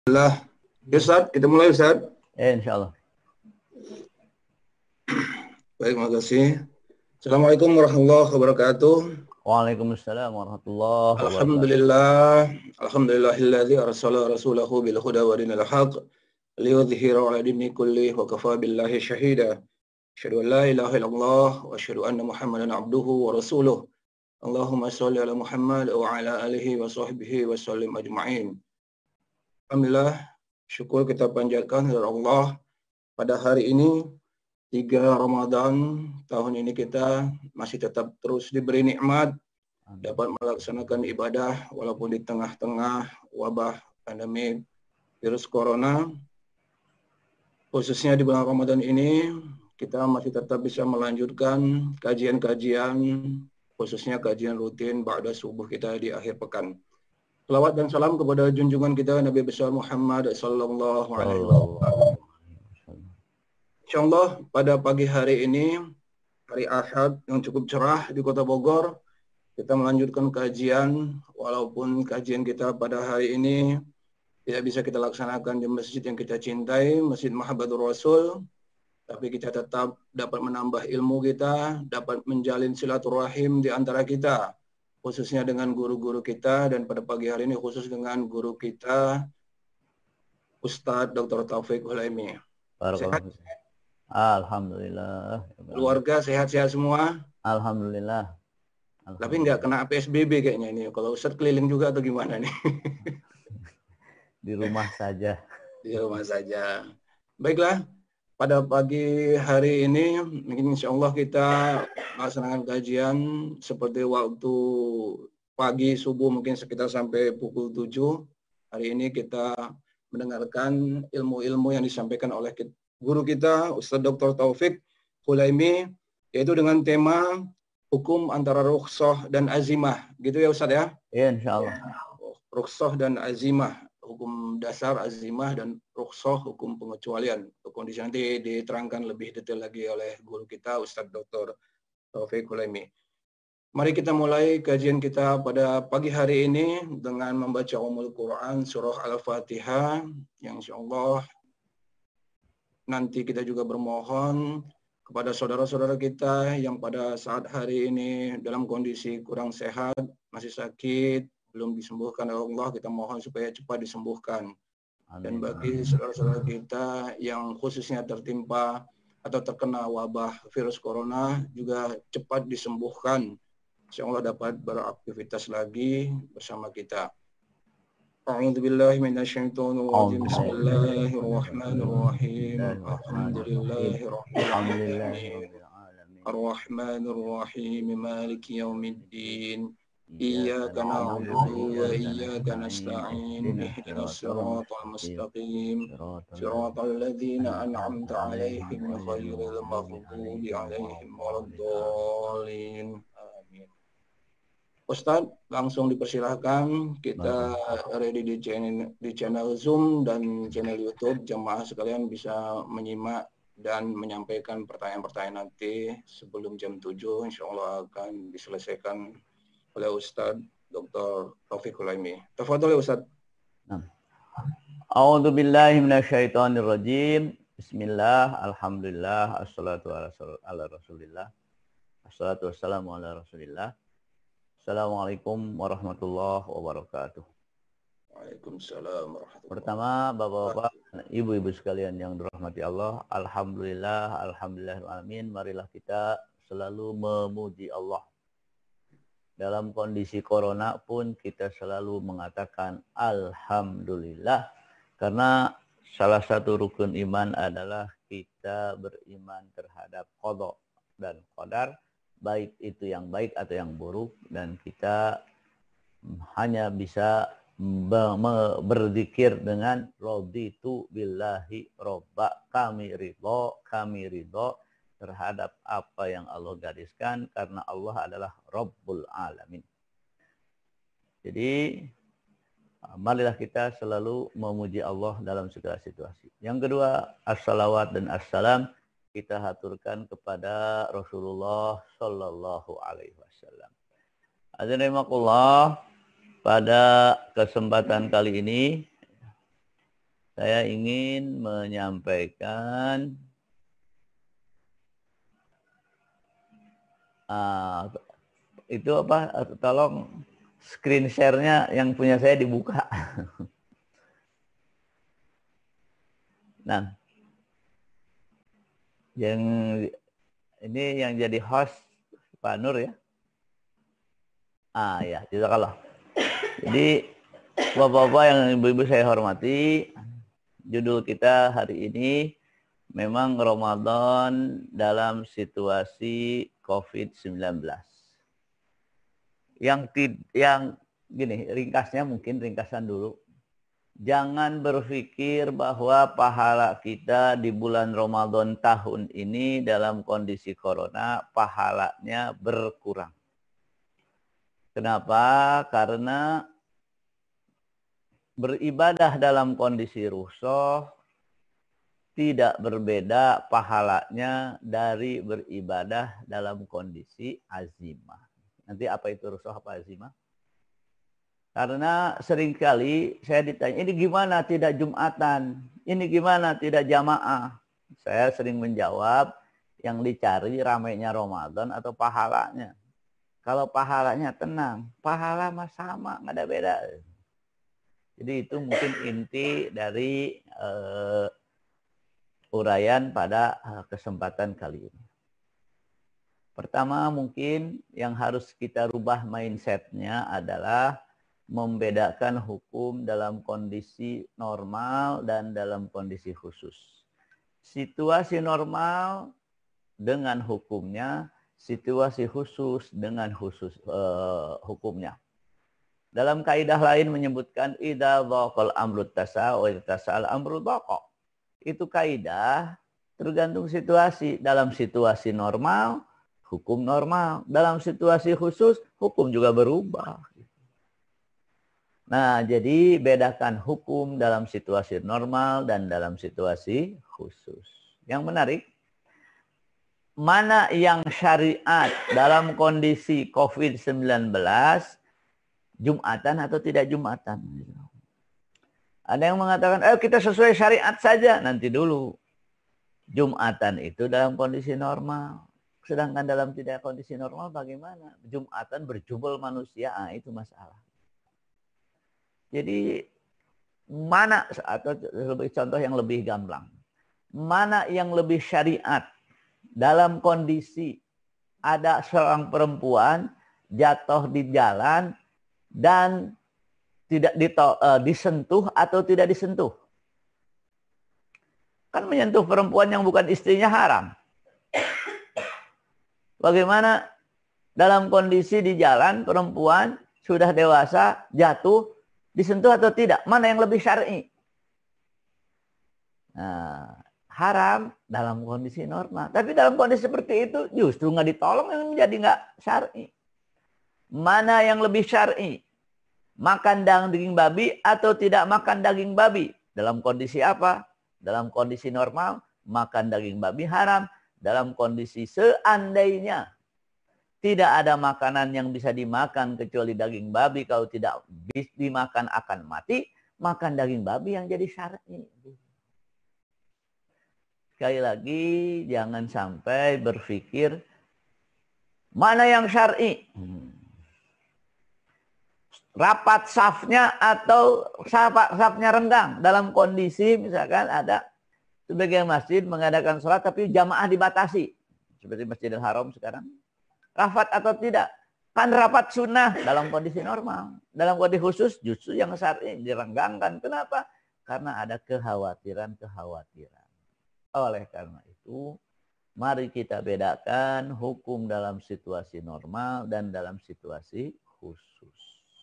Alhamdulillah. Ya Ustaz, kita mulai Ustaz. Insya Allah. Baik, makasih. Assalamualaikum warahmatullahi wabarakatuh. Waalaikumsalam warahmatullahi wabarakatuh. Alhamdulillah. Alhamdulillahilladzi arsala rasulahu bil huda wa dinil haq liyudhhira 'ala dini kullih wa kafa billahi syahida. Asyhadu an la ilaha illallah wa asyhadu anna Muhammadan abduhu wa rasuluh. Allahumma shalli ala Muhammad wa ala alihi wa sahbihi wa sallim ajma'in. Alhamdulillah, syukur kita panjatkan kepada Allah pada hari ini 3 Ramadan tahun ini kita masih tetap terus diberi nikmat dapat melaksanakan ibadah walaupun di tengah-tengah wabah pandemi virus corona. Khususnya di bulan Ramadan ini kita masih tetap bisa melanjutkan kajian-kajian, khususnya kajian rutin ba'da subuh kita di akhir pekan. Selawat dan salam kepada junjungan kita Nabi besar Muhammad sallallahu alaihi wasallam. Insyaallah pada pagi hari ini, hari Ahad yang cukup cerah di Kota Bogor, kita melanjutkan kajian, walaupun kajian kita pada hari ini tidak bisa kita laksanakan di masjid yang kita cintai, Masjid Mahabbatur Rasul, tapi kita tetap dapat menambah ilmu kita, dapat menjalin silaturahim di antara kita, khususnya dengan guru-guru kita, dan pada pagi hari ini khusus dengan guru kita, Ustadz Dr. Taufik Hulaimi. Sehat? Alhamdulillah. Keluarga sehat-sehat semua? Alhamdulillah. Tapi nggak kena PSBB kayaknya ini. Kalau Ustadz keliling juga atau gimana nih? Di rumah saja. Di rumah saja. Baiklah, pada pagi hari ini mungkin insya Allah kita melaksanakan kajian seperti waktu pagi subuh mungkin sekitar sampai pukul 7. Hari ini kita mendengarkan ilmu-ilmu yang disampaikan oleh guru kita, Ustadz Dr. Taufik Hulaimi, yaitu dengan tema hukum antara rukhsah dan azimah. Gitu ya Ustadz ya? Iya, insya Allah. Rukhsah dan azimah, hukum dasar azimah dan rukhsah hukum pengecualian. Kondisi nanti diterangkan lebih detail lagi oleh guru kita, Ustadz Dr. Taufik Hulaimi. Mari kita mulai kajian kita pada pagi hari ini dengan membaca Ummul Quran surah Al-Fatihah yang insya Allah nanti kita juga bermohon kepada saudara-saudara kita yang pada saat hari ini dalam kondisi kurang sehat, masih sakit, belum disembuhkan oleh Allah, kita mohon supaya cepat disembuhkan. Dan bagi saudara-saudara kita yang khususnya tertimpa atau terkena wabah virus corona juga cepat disembuhkan. Insya Allah dapat beraktivitas lagi bersama kita. أعوذ بالله من الشيطان الرجيم بسم الله الرحمن الرحيم الحمد لله رب العالمين الرحمن الرحيم مالك يوم الدين إياك نعبد وإياك نستعين اهدنا الصراط المستقيم صراط الذين أنعمت عليهم غير المغضوب عليهم ولا الضالين. Ustadz, langsung dipersilahkan, kita ready di channel Zoom dan channel YouTube. Jemaah sekalian bisa menyimak dan menyampaikan pertanyaan-pertanyaan nanti sebelum jam 7. Insya Allah akan diselesaikan oleh Ustadz Dr. Taufik Hulaimi. Tafadhol ya Ustadz. A'udzu billahi minasyaitonir rajim. Bismillah, alhamdulillah, assalatu ala rasulillah. Assalatu wassalamu ala rasulillah. Assalamualaikum warahmatullahi wabarakatuh. Waalaikumsalam warahmatullahi wabarakatuh. Pertama, Bapak-bapak, Ibu-ibu sekalian yang dirahmati Allah, alhamdulillah, alhamdulillahirrahmanirrahim. Marilah kita selalu memuji Allah. Dalam kondisi corona pun kita selalu mengatakan alhamdulillah, karena salah satu rukun iman adalah kita beriman terhadap qada dan qadar, baik itu yang baik atau yang buruk, dan kita hanya bisa berzikir dengan raditu billahi robba, kami ridho terhadap apa yang Allah gariskan, karena Allah adalah Rabbul Alamin. Jadi marilah kita selalu memuji Allah dalam segala situasi. Yang kedua, as-salawat dan as-salam kita haturkan kepada Rasulullah Sallallahu Alaihi Wasallam. Azanimakullah, pada kesempatan kali ini saya ingin menyampaikan itu apa? Tolong screen share-nya yang punya saya dibuka. Nah, yang ini yang jadi host Pak Nur ya. Ya, jazakallah. Jadi Bapak-bapak yang ibu-ibu saya hormati, judul kita hari ini memang Ramadan dalam situasi COVID-19. Yang gini, ringkasan dulu. Jangan berpikir bahwa pahala kita di bulan Ramadan tahun ini dalam kondisi corona, pahalanya berkurang. Kenapa? Karena beribadah dalam kondisi rukhsah tidak berbeda pahalanya dari beribadah dalam kondisi azimah. Nanti apa itu rukhsah, apa azimah? Karena seringkali saya ditanya, ini gimana tidak Jumatan? Ini gimana tidak jamaah? Saya sering menjawab, yang dicari ramainya Ramadan atau pahalanya. Kalau pahalanya tenang, pahala mah sama, nggak ada beda. Jadi itu mungkin inti dari uraian pada kesempatan kali ini. Pertama mungkin yang harus kita rubah mindset-nya adalah membedakan hukum dalam kondisi normal dan dalam kondisi khusus. Situasi normal dengan hukumnya, situasi khusus dengan hukumnya. Dalam kaidah lain menyebutkan idza dhaqal amru tasa wa tasal amru dhaqa. Itu kaidah tergantung situasi. Dalam situasi normal, hukum normal. Dalam situasi khusus, hukum juga berubah. Nah, jadi bedakan hukum dalam situasi normal dan dalam situasi khusus. Yang menarik, mana yang syariat dalam kondisi COVID-19, Jumatan atau tidak Jumatan? Ada yang mengatakan, kita sesuai syariat saja. Nanti dulu. Jumatan itu dalam kondisi normal. Sedangkan dalam tidak kondisi normal bagaimana? Jumatan berjubel manusia, itu masalah. Jadi mana, atau contoh yang lebih gamblang, mana yang lebih syariat dalam kondisi ada seorang perempuan jatuh di jalan dan tidak disentuh atau tidak disentuh? Kan menyentuh perempuan yang bukan istrinya haram. Bagaimana dalam kondisi di jalan perempuan sudah dewasa jatuh, disentuh atau tidak? Mana yang lebih syar'i? Nah, haram dalam kondisi normal. Tapi dalam kondisi seperti itu justru nggak ditolong, yang menjadi nggak syar'i. Mana yang lebih syar'i? Makan daging babi atau tidak makan daging babi? Dalam kondisi apa? Dalam kondisi normal, makan daging babi haram. Dalam kondisi seandainya tidak ada makanan yang bisa dimakan kecuali daging babi, kalau tidak dimakan akan mati, makan daging babi yang jadi syar'i. Sekali lagi, jangan sampai berpikir mana yang syar'i. Rapat safnya atau safnya renggang. Dalam kondisi misalkan ada sebagian masjid mengadakan sholat tapi jamaah dibatasi. Seperti Masjidil Haram sekarang. Rapat atau tidak? Kan rapat sunnah dalam kondisi normal. Dalam kondisi khusus justru yang syar'i direnggangkan. Kenapa? Karena ada kekhawatiran-kekhawatiran. Oleh karena itu, mari kita bedakan hukum dalam situasi normal dan dalam situasi khusus.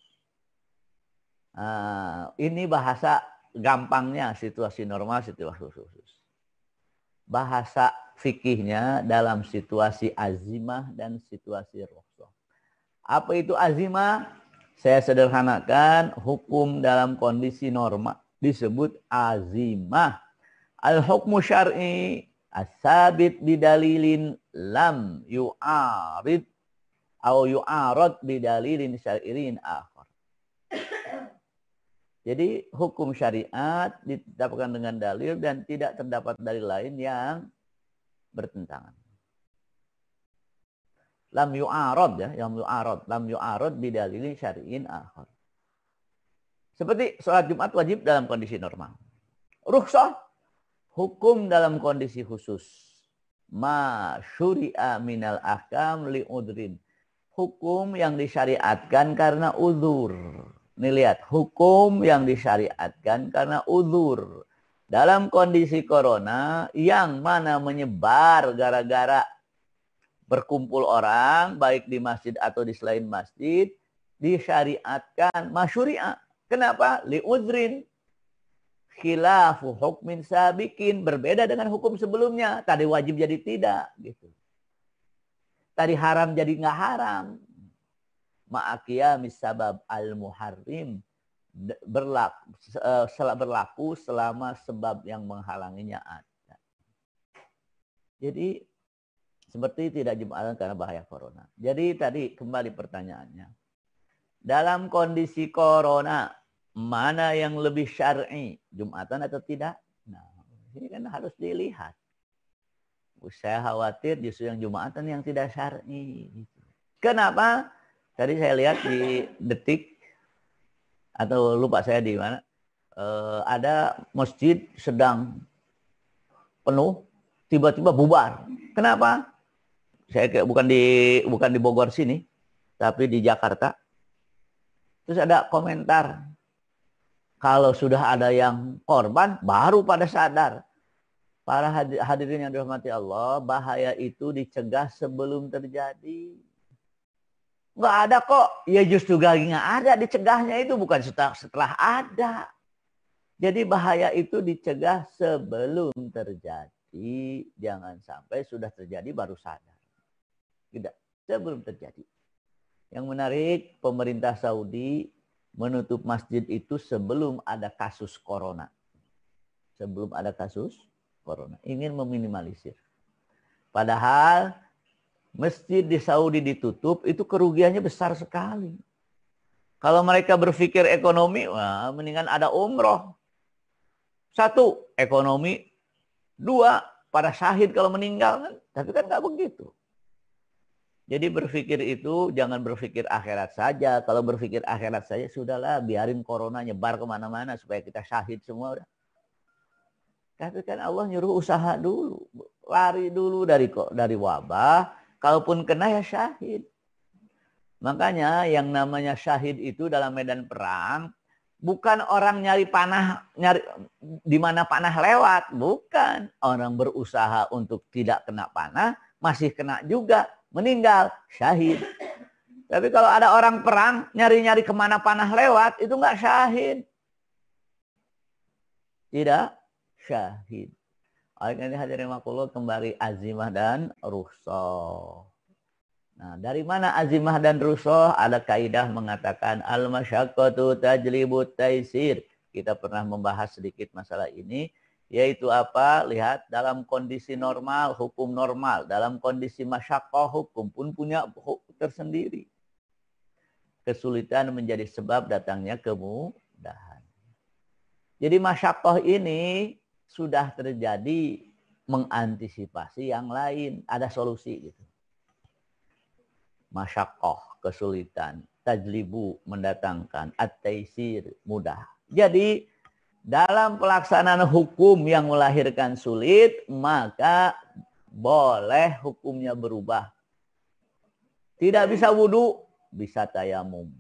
Ini bahasa gampangnya situasi normal, situasi khusus. Bahasa fikihnya dalam situasi azimah dan situasi rukhsah. Apa itu azimah? Saya sederhanakan, hukum dalam kondisi normal disebut azimah. Al-hukmu syar'i as-sabit bidalilin lam yu'arid atau yu'arad bidalilin syar'in akhar. Jadi hukum syariat ditetapkan dengan dalil dan tidak terdapat dalil lain yang bertentangan. Lam yu'arad ya, lam yu'arad bidalilin syar'iin akhar. Seperti sholat Jumat wajib dalam kondisi normal. Rukhsah, hukum dalam kondisi khusus. Ma syuri'a minal ahkam li'udrin. Hukum yang disyariatkan karena uzur. Nih lihat, hukum yang disyariatkan karena uzur. Dalam kondisi corona yang mana menyebar gara-gara berkumpul orang, baik di masjid atau di selain masjid, disyariatkan masyuri'ah. Kenapa? Li'udrin. Khilafu hukmin sabikin. Berbeda dengan hukum sebelumnya. Tadi wajib jadi tidak. Gitu. Tadi haram jadi nggak haram. Ma'aqiyamis sabab al-muharrim. Berlaku selama sebab yang menghalanginya ada. Jadi seperti tidak Jumatan karena bahaya corona. Jadi tadi kembali pertanyaannya. Dalam kondisi corona, mana yang lebih syar'i? Jumatan atau tidak? Nah, ini kan harus dilihat. Saya khawatir justru yang Jumatan yang tidak syar'i. Kenapa? Tadi saya lihat di Detik, atau lupa saya di mana, ada masjid sedang penuh, tiba-tiba bubar. Kenapa? Saya bukan di Bogor sini, tapi di Jakarta. Terus ada komentar, kalau sudah ada yang korban, baru pada sadar. Para hadirin yang dirahmati Allah, bahaya itu dicegah sebelum terjadi. Nggak ada kok. Ya justru nggak ada, dicegahnya itu bukan setelah ada. Jadi bahaya itu dicegah sebelum terjadi. Jangan sampai sudah terjadi baru sadar. Tidak, sebelum terjadi. Yang menarik, pemerintah Saudi menutup masjid itu sebelum ada kasus corona. Sebelum ada kasus corona. Ingin meminimalisir. Padahal masjid di Saudi ditutup, itu kerugiannya besar sekali. Kalau mereka berpikir ekonomi, wah, mendingan ada umroh. 1, ekonomi. 2, para syahid kalau meninggal. Tapi kan nggak begitu. Jadi berpikir itu jangan berpikir akhirat saja. Kalau berpikir akhirat saja, sudahlah biarin corona nyebar kemana-mana supaya kita syahid semua. Udah. Tapi kan Allah nyuruh usaha dulu. Lari dulu dari wabah. Kalaupun kena ya syahid. Makanya yang namanya syahid itu dalam medan perang bukan orang nyari di mana panah lewat, bukan. Orang berusaha untuk tidak kena panah, masih kena juga, meninggal, syahid. Tapi kalau ada orang perang nyari-nyari kemana panah lewat, itu nggak syahid. Tidak syahid. Oleh karena hadirin makullah, kembali azimah dan rukhsah. Nah, dari mana azimah dan rukhsah? Ada kaidah mengatakan al-masyaqqatu tajlibut taisir. Kita pernah membahas sedikit masalah ini, yaitu apa? Lihat, dalam kondisi normal, hukum normal. Dalam kondisi masyaqqah, hukum pun punya hukum tersendiri. Kesulitan menjadi sebab datangnya kemudahan. Jadi masyaqqah ini sudah terjadi, mengantisipasi yang lain. Ada solusi gitu. Masyaqqah, kesulitan. Tajlibu, mendatangkan. At-taisir, mudah. Jadi dalam pelaksanaan hukum yang melahirkan sulit, maka boleh hukumnya berubah. Tidak bisa wudu, bisa tayamum.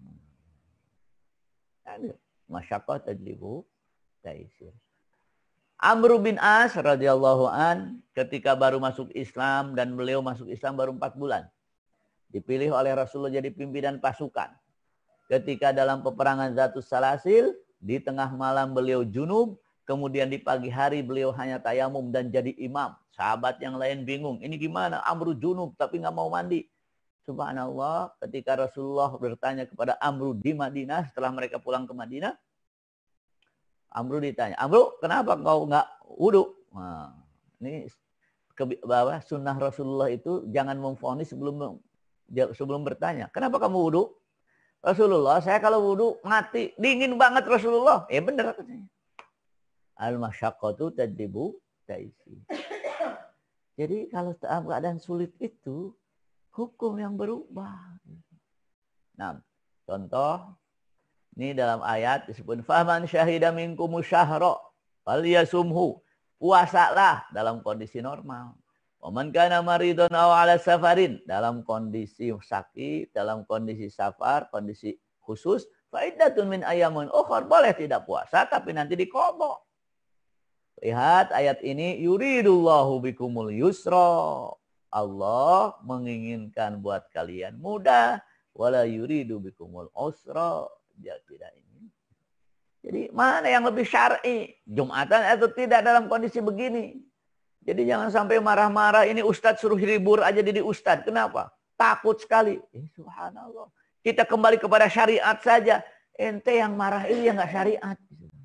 Masyaqqah, tajlibu, taisir. Amr bin As radhiyallahu an ketika baru masuk Islam, dan beliau masuk Islam baru 4 bulan. Dipilih oleh Rasulullah jadi pimpinan pasukan. Ketika dalam peperangan Zatus Salasil, di tengah malam beliau junub, kemudian di pagi hari beliau hanya tayamum dan jadi imam. Sahabat yang lain bingung, ini gimana? Amr junub tapi nggak mau mandi. Subhanallah, ketika Rasulullah bertanya kepada Amr di Madinah setelah mereka pulang ke Madinah, Amr ditanya, Amr, kenapa kau nggak wudu? Nah, ini bahwa sunnah Rasulullah itu jangan memvonis sebelum bertanya. Kenapa kamu wudu? Rasulullah, saya kalau wudhu mati, dingin banget Rasulullah. Bener katanya. Al-masyaqqatu tadribu taisi. Jadi kalau dalam keadaan sulit itu, hukum yang berubah. Nah, contoh, ini dalam ayat disebut, faman syahida minkumu syahra falyasumhu. Puasalah dalam kondisi normal. Waman kana maridun aw ala safarin, dalam kondisi sakit, dalam kondisi safar, kondisi khusus, fa iddatun min ayyamin ukhra, boleh tidak puasa tapi nanti diqadha. Lihat ayat ini, yuridullahu bikumul yusra. Allah menginginkan buat kalian mudah, wala yuridu bikumul usra. Ya, tidak ini. Jadi mana yang lebih syar'i? Jumatan atau tidak dalam kondisi begini? Jadi jangan sampai marah-marah, ini Ustadz suruh libur aja jadi Ustadz. Kenapa? Takut sekali. Subhanallah. Kita kembali kepada syariat saja. Ente yang marah ini yang nggak syariat.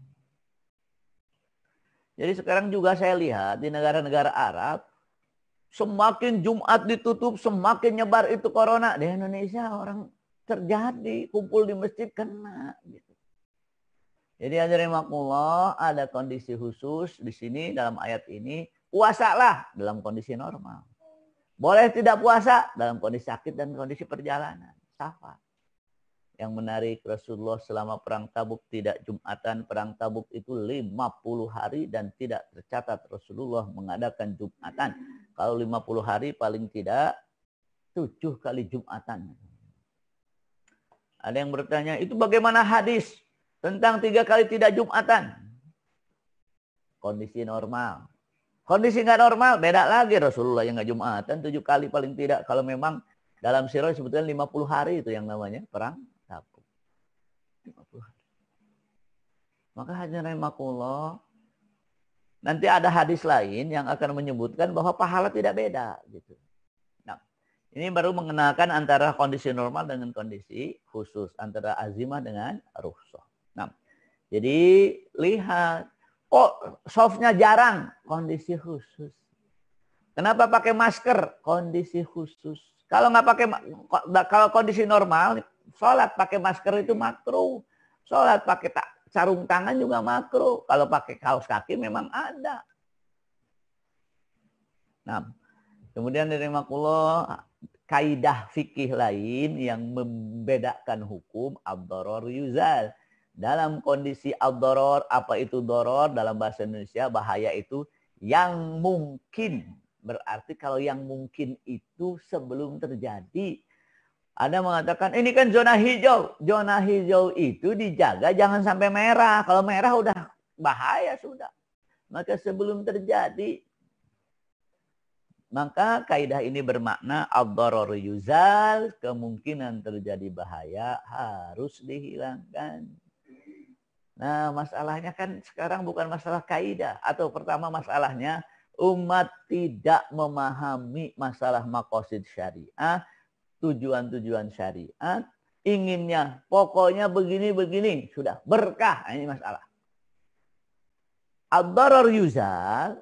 Jadi sekarang juga saya lihat di negara-negara Arab, semakin Jumat ditutup, semakin nyebar itu corona. Di Indonesia orang terjadi, kumpul di masjid kena. Gitu. Jadi hadirin rahimakumullah, ada kondisi khusus di sini dalam ayat ini. Puasalah dalam kondisi normal. Boleh tidak puasa dalam kondisi sakit dan kondisi perjalanan. Safar. Yang menarik, Rasulullah selama perang Tabuk tidak Jumatan. Perang Tabuk itu 50 hari dan tidak tercatat Rasulullah mengadakan Jumatan. Kalau 50 hari paling tidak 7 kali Jumatan. Ada yang bertanya, itu bagaimana hadis tentang 3 kali tidak Jumatan? Kondisi normal. Kondisi nggak normal, beda lagi. Rasulullah yang nggak Jumatan 7 kali paling tidak. Kalau memang dalam sirah sebetulnya 50 hari itu yang namanya perang Tabuk. 50 hari. Maka hadirin rahimakumullah, nanti ada hadis lain yang akan menyebutkan bahwa pahala tidak beda. Gitu. Nah, ini baru mengenalkan antara kondisi normal dengan kondisi khusus. Antara azimah dengan rukhsah. Nah, jadi lihat. Oh, softnya jarang, kondisi khusus. Kenapa pakai masker? Kondisi khusus. Kalau nggak pakai, kalau kondisi normal, sholat pakai masker itu makruh. Sholat pakai sarung tangan juga makruh. Kalau pakai kaos kaki memang ada. Nah, kemudian dari makullah, kaidah fikih lain yang membedakan hukum ad-darar yuzal. Dalam kondisi ad-darar, apa itu darar dalam bahasa Indonesia? Bahaya itu yang mungkin. Berarti kalau yang mungkin itu sebelum terjadi. Ada mengatakan ini kan zona hijau. Zona hijau itu dijaga jangan sampai merah. Kalau merah udah bahaya sudah. Maka sebelum terjadi. Maka kaidah ini bermakna ad-darar yuzal. Kemungkinan terjadi bahaya harus dihilangkan. Nah, masalahnya kan sekarang bukan masalah kaidah. Atau pertama masalahnya umat tidak memahami masalah maqasid syariah, tujuan-tujuan syariat, inginnya pokoknya begini-begini, sudah berkah. Ini masalah. Ad-darar yuzal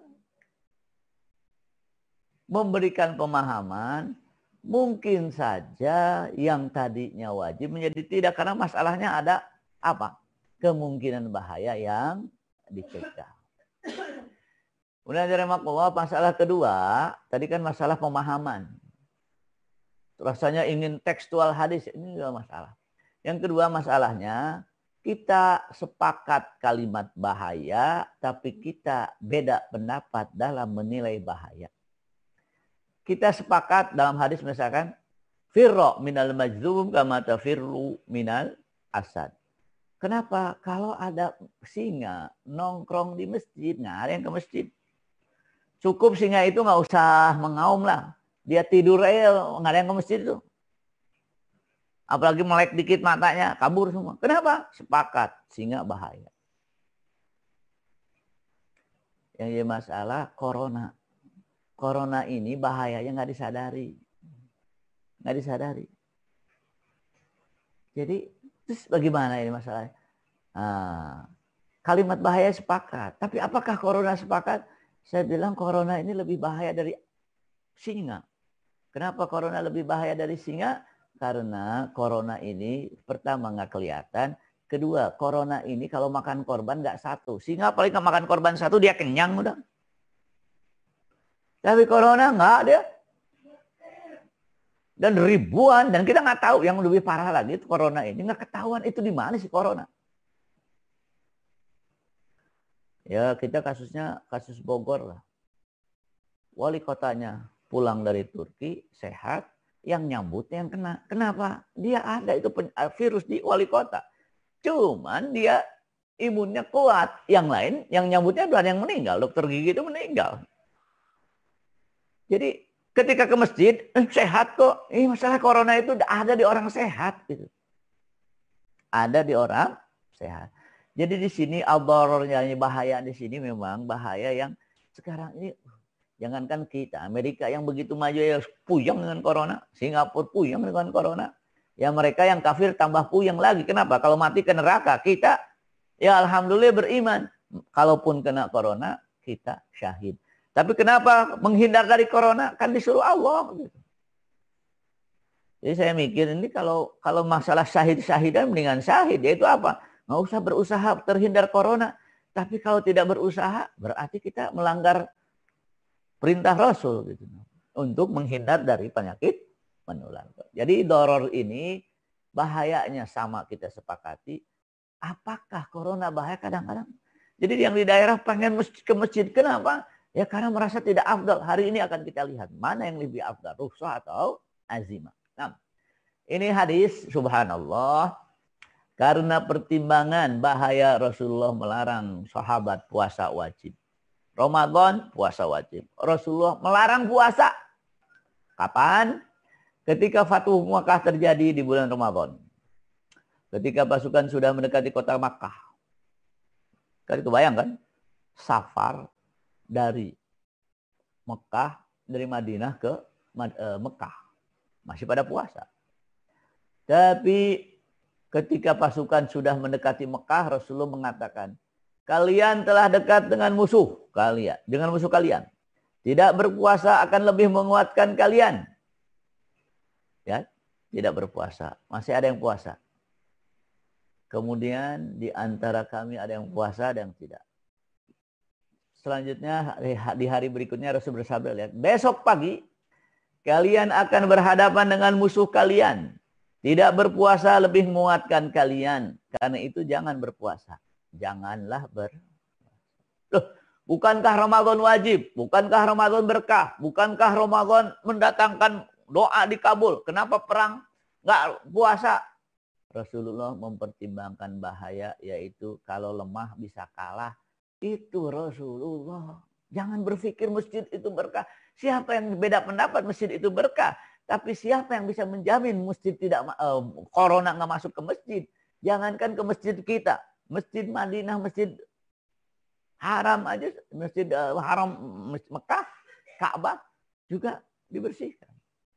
memberikan pemahaman, mungkin saja yang tadinya wajib menjadi tidak, karena masalahnya ada apa? Kemungkinan bahaya yang dicegah. Kemudian dari makullah, masalah kedua, tadi kan masalah pemahaman. Rasanya ingin tekstual hadis, ini juga masalah. Yang kedua masalahnya, kita sepakat kalimat bahaya, tapi kita beda pendapat dalam menilai bahaya. Kita sepakat dalam hadis misalkan, firra minal majzum kama tafirru minal asad. Kenapa? Kalau ada singa nongkrong di masjid, nggak ada yang ke masjid. Cukup singa itu nggak usah mengaum lah. Dia tidur aja, nggak ada yang ke masjid itu. Apalagi melek dikit matanya, kabur semua. Kenapa? Sepakat, singa bahaya. Yang jadi masalah corona. Corona ini bahayanya nggak disadari. Nggak disadari. Jadi, terus bagaimana ini masalahnya? Nah, kalimat bahaya sepakat. Tapi apakah corona sepakat? Saya bilang corona ini lebih bahaya dari singa. Kenapa corona lebih bahaya dari singa? Karena corona ini pertama nggak kelihatan, kedua corona ini kalau makan korban nggak satu. Singa paling nggak makan korban satu dia kenyang udah. Tapi corona nggak dia. Dan ribuan, dan kita nggak tahu yang lebih parah lagi itu corona ini nggak ketahuan itu di mana sih corona. Ya kita kasusnya kasus Bogor lah. Wali kotanya pulang dari Turki sehat, yang nyambutnya yang kena. Kenapa? Dia ada itu virus di wali kota. Cuman dia imunnya kuat. Yang lain yang nyambutnya ada yang meninggal. Dokter gigi itu meninggal. Jadi ketika ke masjid sehat kok. Masalah corona itu ada di orang sehat gitu. Ada di orang sehat. Jadi di sini al-dararnya bahaya di sini memang bahaya yang sekarang ini. Jangankan kita, Amerika yang begitu maju ya puyeng dengan corona. Singapura puyeng dengan corona. Ya mereka yang kafir tambah puyeng lagi. Kenapa? Kalau mati ke neraka. Kita ya alhamdulillah beriman. Kalaupun kena corona, kita syahid. Tapi kenapa menghindar dari corona? Kan disuruh Allah. Jadi saya mikir ini kalau masalah syahid-syahidan mendingan syahid. Yaitu apa? Nggak usah berusaha terhindar corona. Tapi kalau tidak berusaha berarti kita melanggar perintah Rasul gitu, untuk menghindar dari penyakit menular. Jadi doror ini bahayanya sama kita sepakati. Apakah corona bahaya kadang-kadang? Jadi yang di daerah pengen ke masjid, kenapa? Ya karena merasa tidak afdal. Hari ini akan kita lihat mana yang lebih afdal, rukhsah atau azimah. Nah, ini hadis subhanallah. Karena pertimbangan bahaya Rasulullah melarang sahabat puasa wajib. Ramadan puasa wajib. Rasulullah melarang puasa. Kapan? Ketika Fatuh Makkah terjadi di bulan Ramadan. Ketika pasukan sudah mendekati kota Makkah. Kan itu bayangkan. Safar dari Mekah, dari Madinah ke Mekah. Masih pada puasa. Tapi ketika pasukan sudah mendekati Mekah, Rasulullah mengatakan, kalian telah dekat dengan musuh kalian, dengan musuh kalian. Tidak berpuasa akan lebih menguatkan kalian. Ya, tidak berpuasa. Masih ada yang puasa. Kemudian di antara kami ada yang puasa, ada yang tidak. Selanjutnya di hari berikutnya Rasul bersabda, lihat, besok pagi kalian akan berhadapan dengan musuh kalian. Tidak berpuasa lebih menguatkan kalian. Karena itu jangan berpuasa. Janganlah Loh, bukankah Ramadan wajib? Bukankah Ramadan berkah? Bukankah Ramadan mendatangkan doa dikabul? Kenapa perang nggak puasa? Rasulullah mempertimbangkan bahaya, yaitu kalau lemah bisa kalah. Itu Rasulullah. Jangan berpikir masjid itu berkah. Siapa yang beda pendapat masjid itu berkah? Tapi siapa yang bisa menjamin masjid tidak corona nggak masuk ke masjid? Jangankan ke masjid kita, masjid Madinah, masjid Haram aja, masjid Haram Mekah, Ka'bah juga dibersihkan.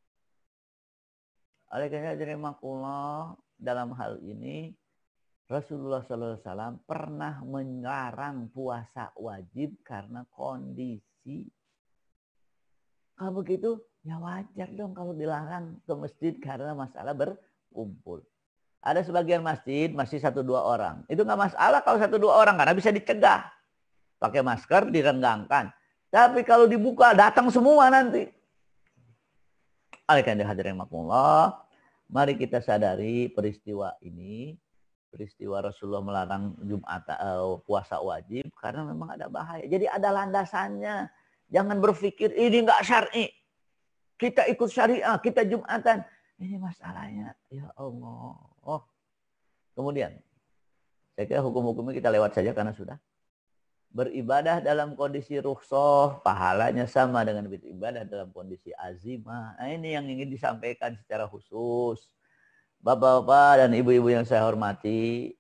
Oleh karena jemaah dalam hal ini Rasulullah SAW pernah melarang puasa wajib karena kondisi. Kalau begitu ya wajar dong kalau dilarang ke masjid karena masalah berkumpul. Ada sebagian masjid masih 1-2 orang. Itu nggak masalah kalau 1-2 orang karena bisa dicegah. Pakai masker direnggangkan. Tapi kalau dibuka datang semua nanti. Oleh karena hadirin rahimakumullah, mari kita sadari peristiwa ini, peristiwa Rasulullah melarang puasa wajib karena memang ada bahaya. Jadi ada landasannya. Jangan berpikir ini enggak syar'i. Kita ikut syariah, kita Jumatan. Ini masalahnya, ya Allah. Oh. Kemudian, saya kira hukum-hukumnya kita lewat saja karena sudah. Beribadah dalam kondisi rukhsah, pahalanya sama dengan beribadah dalam kondisi azimah. Nah ini yang ingin disampaikan secara khusus. Bapak-bapak dan ibu-ibu yang saya hormati,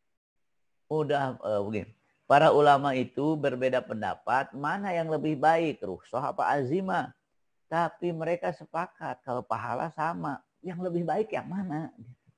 begini. Para ulama itu berbeda pendapat mana yang lebih baik, rukhsah apa azimah. Tapi mereka sepakat kalau pahala sama. Yang lebih baik yang mana?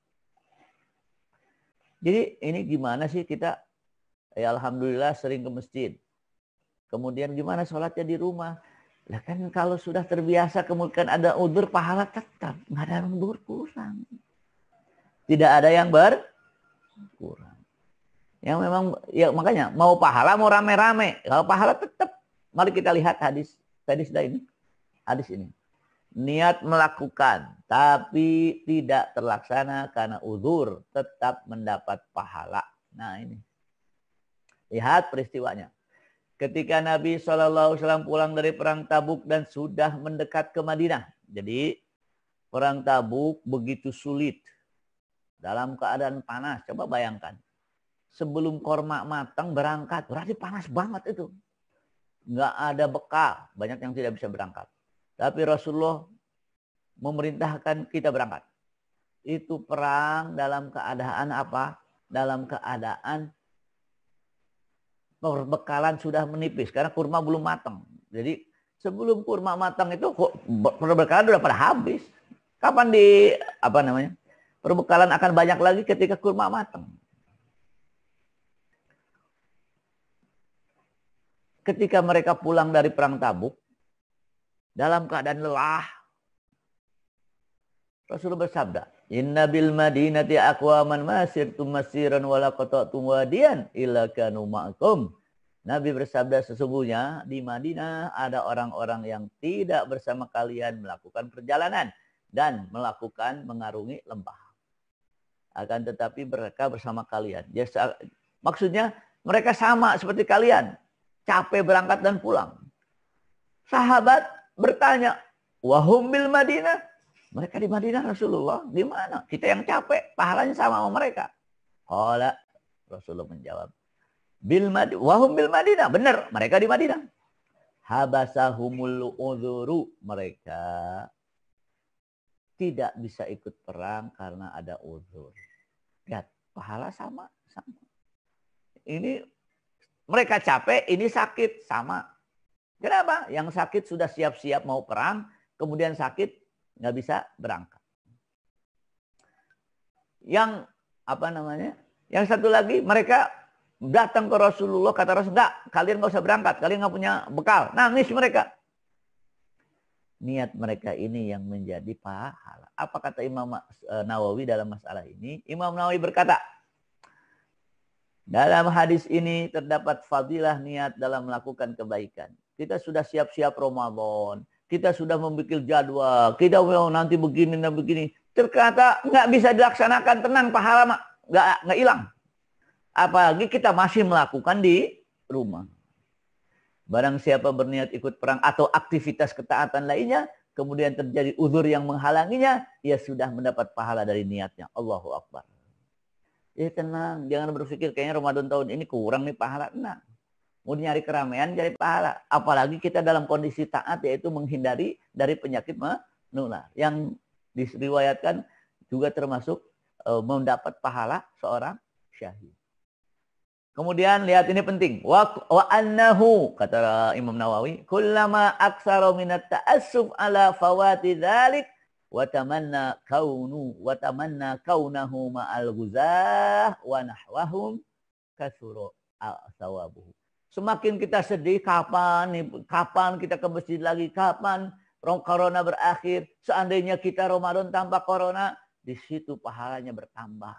Jadi ini gimana sih kita? Ya alhamdulillah sering ke masjid. Kemudian gimana sholatnya di rumah? Lah kan kalau sudah terbiasa kemudian ada udzur, pahala tetap, nggak ada yang berkurang. Tidak ada yang berkurang. Yang memang ya makanya mau pahala mau rame-rame. Kalau pahala tetap, mari kita lihat hadis ini. Hadis ini. Niat melakukan tapi tidak terlaksana karena udzur, tetap mendapat pahala. Nah, ini. Lihat peristiwanya. Ketika Nabi SAW pulang dari perang Tabuk dan sudah mendekat ke Madinah. Jadi perang Tabuk begitu sulit. Dalam keadaan panas. Coba bayangkan. Sebelum korma matang berangkat. Berarti panas banget itu. Nggak ada bekal. Banyak yang tidak bisa berangkat. Tapi Rasulullah memerintahkan kita berangkat. Itu perang dalam keadaan apa? Dalam keadaan perbekalan sudah menipis karena kurma belum matang. Jadi sebelum kurma matang itu perbekalan sudah pada habis. Kapan perbekalan akan banyak lagi ketika kurma matang. Ketika mereka pulang dari perang Tabuk dalam keadaan lelah, Rasulullah bersabda, "Inna bil madinati aqwaman masirtum masiran wa laqata'tum wadiyan illa kanu ma'akum." Nabi bersabda, sesungguhnya di Madinah ada orang-orang yang tidak bersama kalian melakukan perjalanan dan melakukan mengarungi lembah. Akan tetapi mereka bersama kalian. Maksudnya mereka sama seperti kalian. Capek berangkat dan pulang. Sahabat bertanya, "Wahum bil Madinah?" Mereka di Madinah Rasulullah, di mana? Kita yang capek, pahalanya sama sama mereka. Qala, Rasulullah menjawab, wahum bil Madinah, benar, mereka di Madinah. Habasahumul udzuru, mereka tidak bisa ikut perang karena ada udzur. Lihat, pahala sama. Ini mereka capek, ini sakit, sama. Kenapa? Yang sakit sudah siap-siap mau perang, kemudian sakit, nggak bisa berangkat. Yang Yang satu lagi, mereka datang ke Rasulullah, kata Rasul, enggak, kalian nggak usah berangkat, kalian nggak punya bekal. Nangis mereka. Niat mereka ini yang menjadi pahala. Apa kata Imam Nawawi dalam masalah ini? Imam Nawawi berkata, dalam hadis ini terdapat fadilah niat dalam melakukan kebaikan. Kita sudah siap-siap Ramadan. Kita sudah membuat jadwal. Kita nanti begini dan begini. Ternyata nggak bisa dilaksanakan, tenang, pahala nggak hilang. Apalagi kita masih melakukan di rumah. Barang siapa berniat ikut perang atau aktivitas ketaatan lainnya, kemudian terjadi uzur yang menghalanginya, ia sudah mendapat pahala dari niatnya. Allahu Akbar. Tenang, jangan berpikir kayaknya Ramadan tahun ini kurang nih pahala. Nah, mau nyari keramaian, cari pahala. Apalagi kita dalam kondisi taat, yaitu menghindari dari penyakit menular. Yang diriwayatkan juga termasuk mendapat pahala seorang syahid. Kemudian lihat ini penting. Wa annahu, kata Imam Nawawi, kullama aktsara minat ta'assuf ala fawati dzalik wa tamanna kaunahu ma'al ghuzah wa nahwahum kasura sawabuhu. Semakin kita sedih, kapan kita ke masjid lagi, kapan corona berakhir, seandainya kita Ramadan tanpa corona, di situ pahalanya bertambah.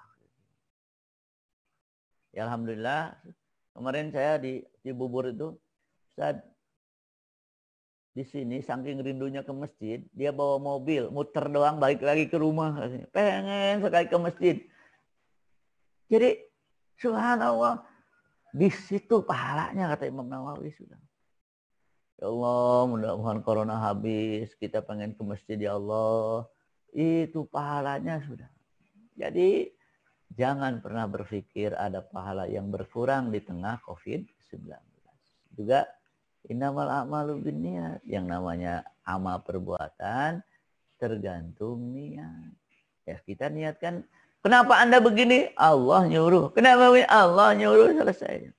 Ya alhamdulillah, kemarin saya di Cibubur itu, Ustaz, di sini saking rindunya ke masjid, dia bawa mobil, muter doang, balik lagi ke rumah. Pengen sekali ke masjid. Jadi, subhanallah, di situ pahalanya, kata Imam Nawawi sudah. Ya Allah, mudah-mudahan corona habis, kita pengen ke masjid, ya Allah. Itu pahalanya sudah. Jadi, jangan pernah berpikir ada pahala yang berkurang di tengah COVID-19. Juga innamal a'malu binniyat, yang namanya amal perbuatan tergantung niat. Ya kita niatkan, kenapa Anda begini? Allah nyuruh. Kenapa Allah nyuruh, selesai.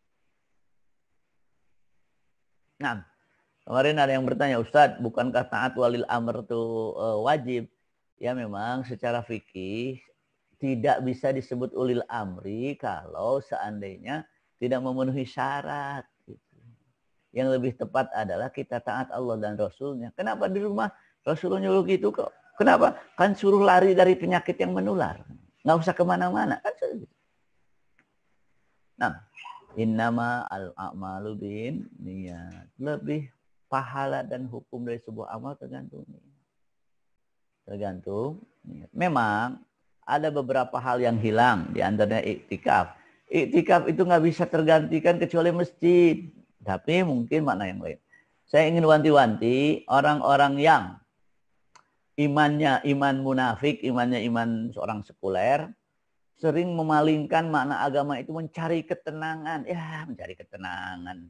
Nah, kemarin ada yang bertanya, Ustadz, bukankah taat walil amr itu wajib? Ya memang secara fikih tidak bisa disebut ulil amri kalau seandainya tidak memenuhi syarat. Gitu. yang lebih tepat adalah kita taat Allah dan Rasulnya. Kenapa di rumah Rasulullah nyuruh gitu kok? Kenapa? Kan suruh lari dari penyakit yang menular. Nggak usah kemana-mana. Kan nah, innama al-a'malu bin niat. Lebih pahala dan hukum dari sebuah amal tergantung niat. Tergantung niat. Memang ada beberapa hal yang hilang, di antaranya iktikaf. Iktikaf itu nggak bisa tergantikan kecuali masjid. Tapi mungkin makna yang lain. Saya ingin wanti-wanti orang-orang yang imannya iman munafik, imannya iman seorang sekuler, sering memalingkan makna agama itu mencari ketenangan. Ya, mencari ketenangan.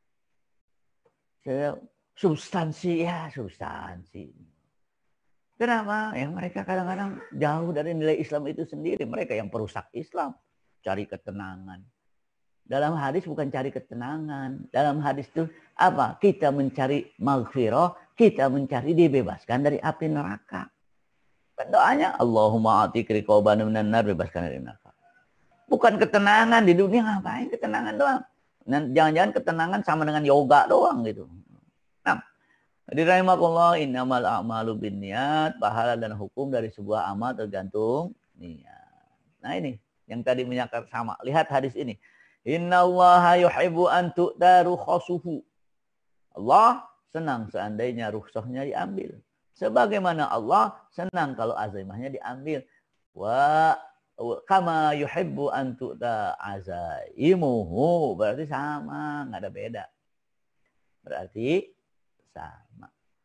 Substansi, ya substansi. Kenapa? Yang mereka kadang-kadang jauh dari nilai Islam itu sendiri. Mereka yang perusak Islam. Cari ketenangan. Dalam hadis bukan cari ketenangan. Dalam hadis itu apa? Kita mencari maghfirah. Kita mencari dibebaskan dari api neraka. Doanya Allahumma a'tik riqaban minan nar, bebaskan dari neraka. Bukan ketenangan di dunia, ngapain ketenangan doang. Jangan-jangan ketenangan sama dengan yoga doang gitu. Nah, dirahimakumullah, innamal a'malu binniyat, pahala dan hukum dari sebuah amal tergantung niat. Nah ini yang tadi menyangkut sama. Lihat hadis ini. Innallaha yuhibbu an tu'ta rukhasuhu. Allah senang seandainya rukhsahnya diambil. Sebagaimana Allah senang kalau azimahnya diambil. Wa kama yuhibbu an tu'ta azaimuhu. Berarti sama, nggak ada beda. Berarti sama.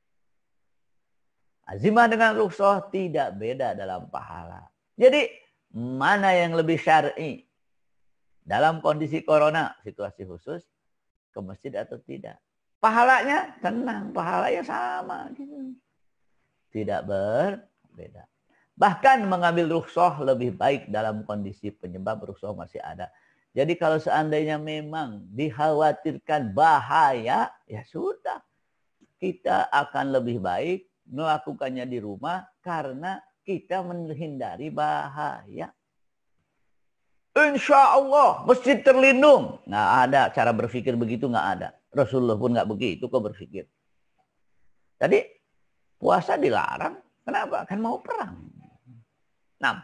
Azimah dengan rukhsah tidak beda dalam pahala. Jadi mana yang lebih syar'i? Dalam kondisi corona, situasi khusus, ke masjid atau tidak? Pahalanya tenang, pahalanya sama. Gitu. Tidak berbeda. Bahkan mengambil rukhsah lebih baik dalam kondisi penyebab rukhsah masih ada. Jadi kalau seandainya memang dikhawatirkan bahaya, ya sudah. Kita akan lebih baik melakukannya di rumah karena kita menghindari bahaya. Insya Allah masjid terlindung. Nggak ada cara berpikir begitu, nggak ada. Rasulullah pun nggak begitu kok berpikir. Tadi puasa dilarang. Kenapa? Kan mau perang. Nah,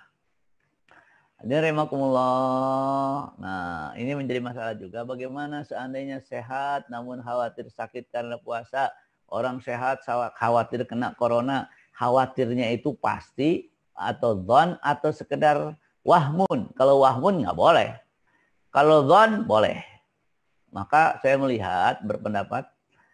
ini menjadi masalah juga. Bagaimana seandainya sehat namun khawatir sakit karena puasa. Orang sehat khawatir kena corona. Khawatirnya itu pasti atau dhon atau sekedar wahmun. Kalau wahmun nggak boleh. Kalau dhon boleh. Maka saya melihat berpendapat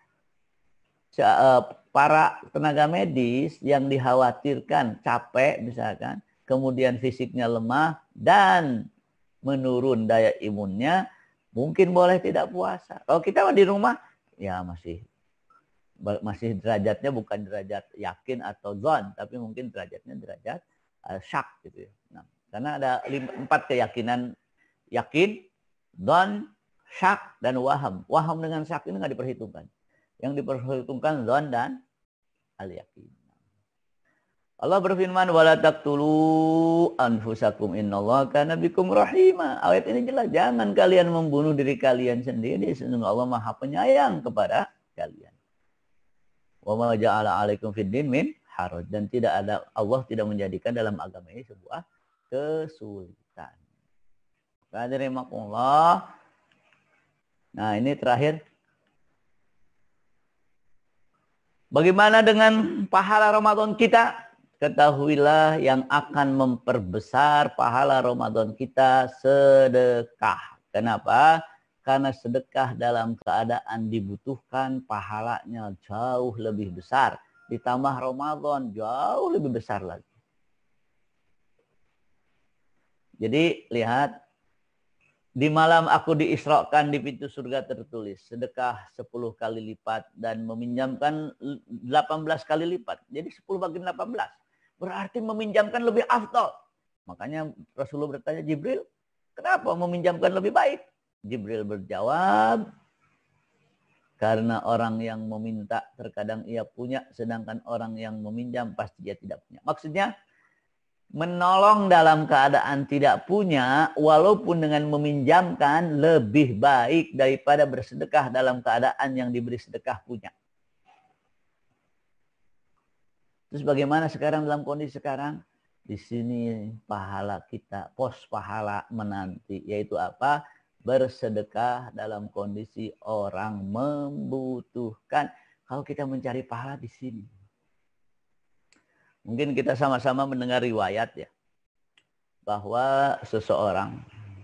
para tenaga medis yang dikhawatirkan capek misalkan, kemudian fisiknya lemah dan menurun daya imunnya, mungkin boleh tidak puasa. Kalau kita di rumah ya masih derajatnya bukan derajat yakin atau dhon, tapi mungkin derajatnya derajat syak gitu ya. Nah, karena ada 4 keyakinan: yakin, dhon, syak, dan waham. Waham dengan syak ini nggak diperhitungkan. Yang diperhitungkan dhon dan al-yakin. Allah berfirman, wala taqtulu anfusakum innallaha kana bikum rahima. Ayat ini jelas, jangan kalian membunuh diri kalian sendiri, sesungguhnya Allah Maha Penyayang kepada kalian. Wa ma ja'ala 'alaikum fid din min haraj, dan tidak ada, Allah tidak menjadikan dalam agama ini sebuah kesulitan. Qadirimakumullah. Nah, ini terakhir. Bagaimana dengan pahala Ramadan kita? Ketahuilah yang akan memperbesar pahala Ramadan kita sedekah. Kenapa? Karena sedekah dalam keadaan dibutuhkan pahalanya jauh lebih besar. Ditambah Ramadan jauh lebih besar lagi. Jadi lihat, di malam aku diisrakan di pintu surga tertulis sedekah 10 kali lipat dan meminjamkan 18 kali lipat. Jadi 10 bagi 18. Berarti meminjamkan lebih afdal. Makanya Rasulullah bertanya, Jibril, kenapa meminjamkan lebih baik? Jibril berjawab, karena orang yang meminta terkadang ia punya, sedangkan orang yang meminjam pasti dia tidak punya. Maksudnya, Menolong dalam keadaan tidak punya, walaupun dengan meminjamkan, lebih baik daripada bersedekah dalam keadaan yang diberi sedekah punya. Terus bagaimana sekarang dalam kondisi sekarang? Di sini pahala kita, pos pahala menanti, yaitu apa? Bersedekah dalam kondisi orang membutuhkan. Kalau kita mencari pahala di sini. Mungkin kita sama-sama mendengar riwayat ya, bahwa seseorang,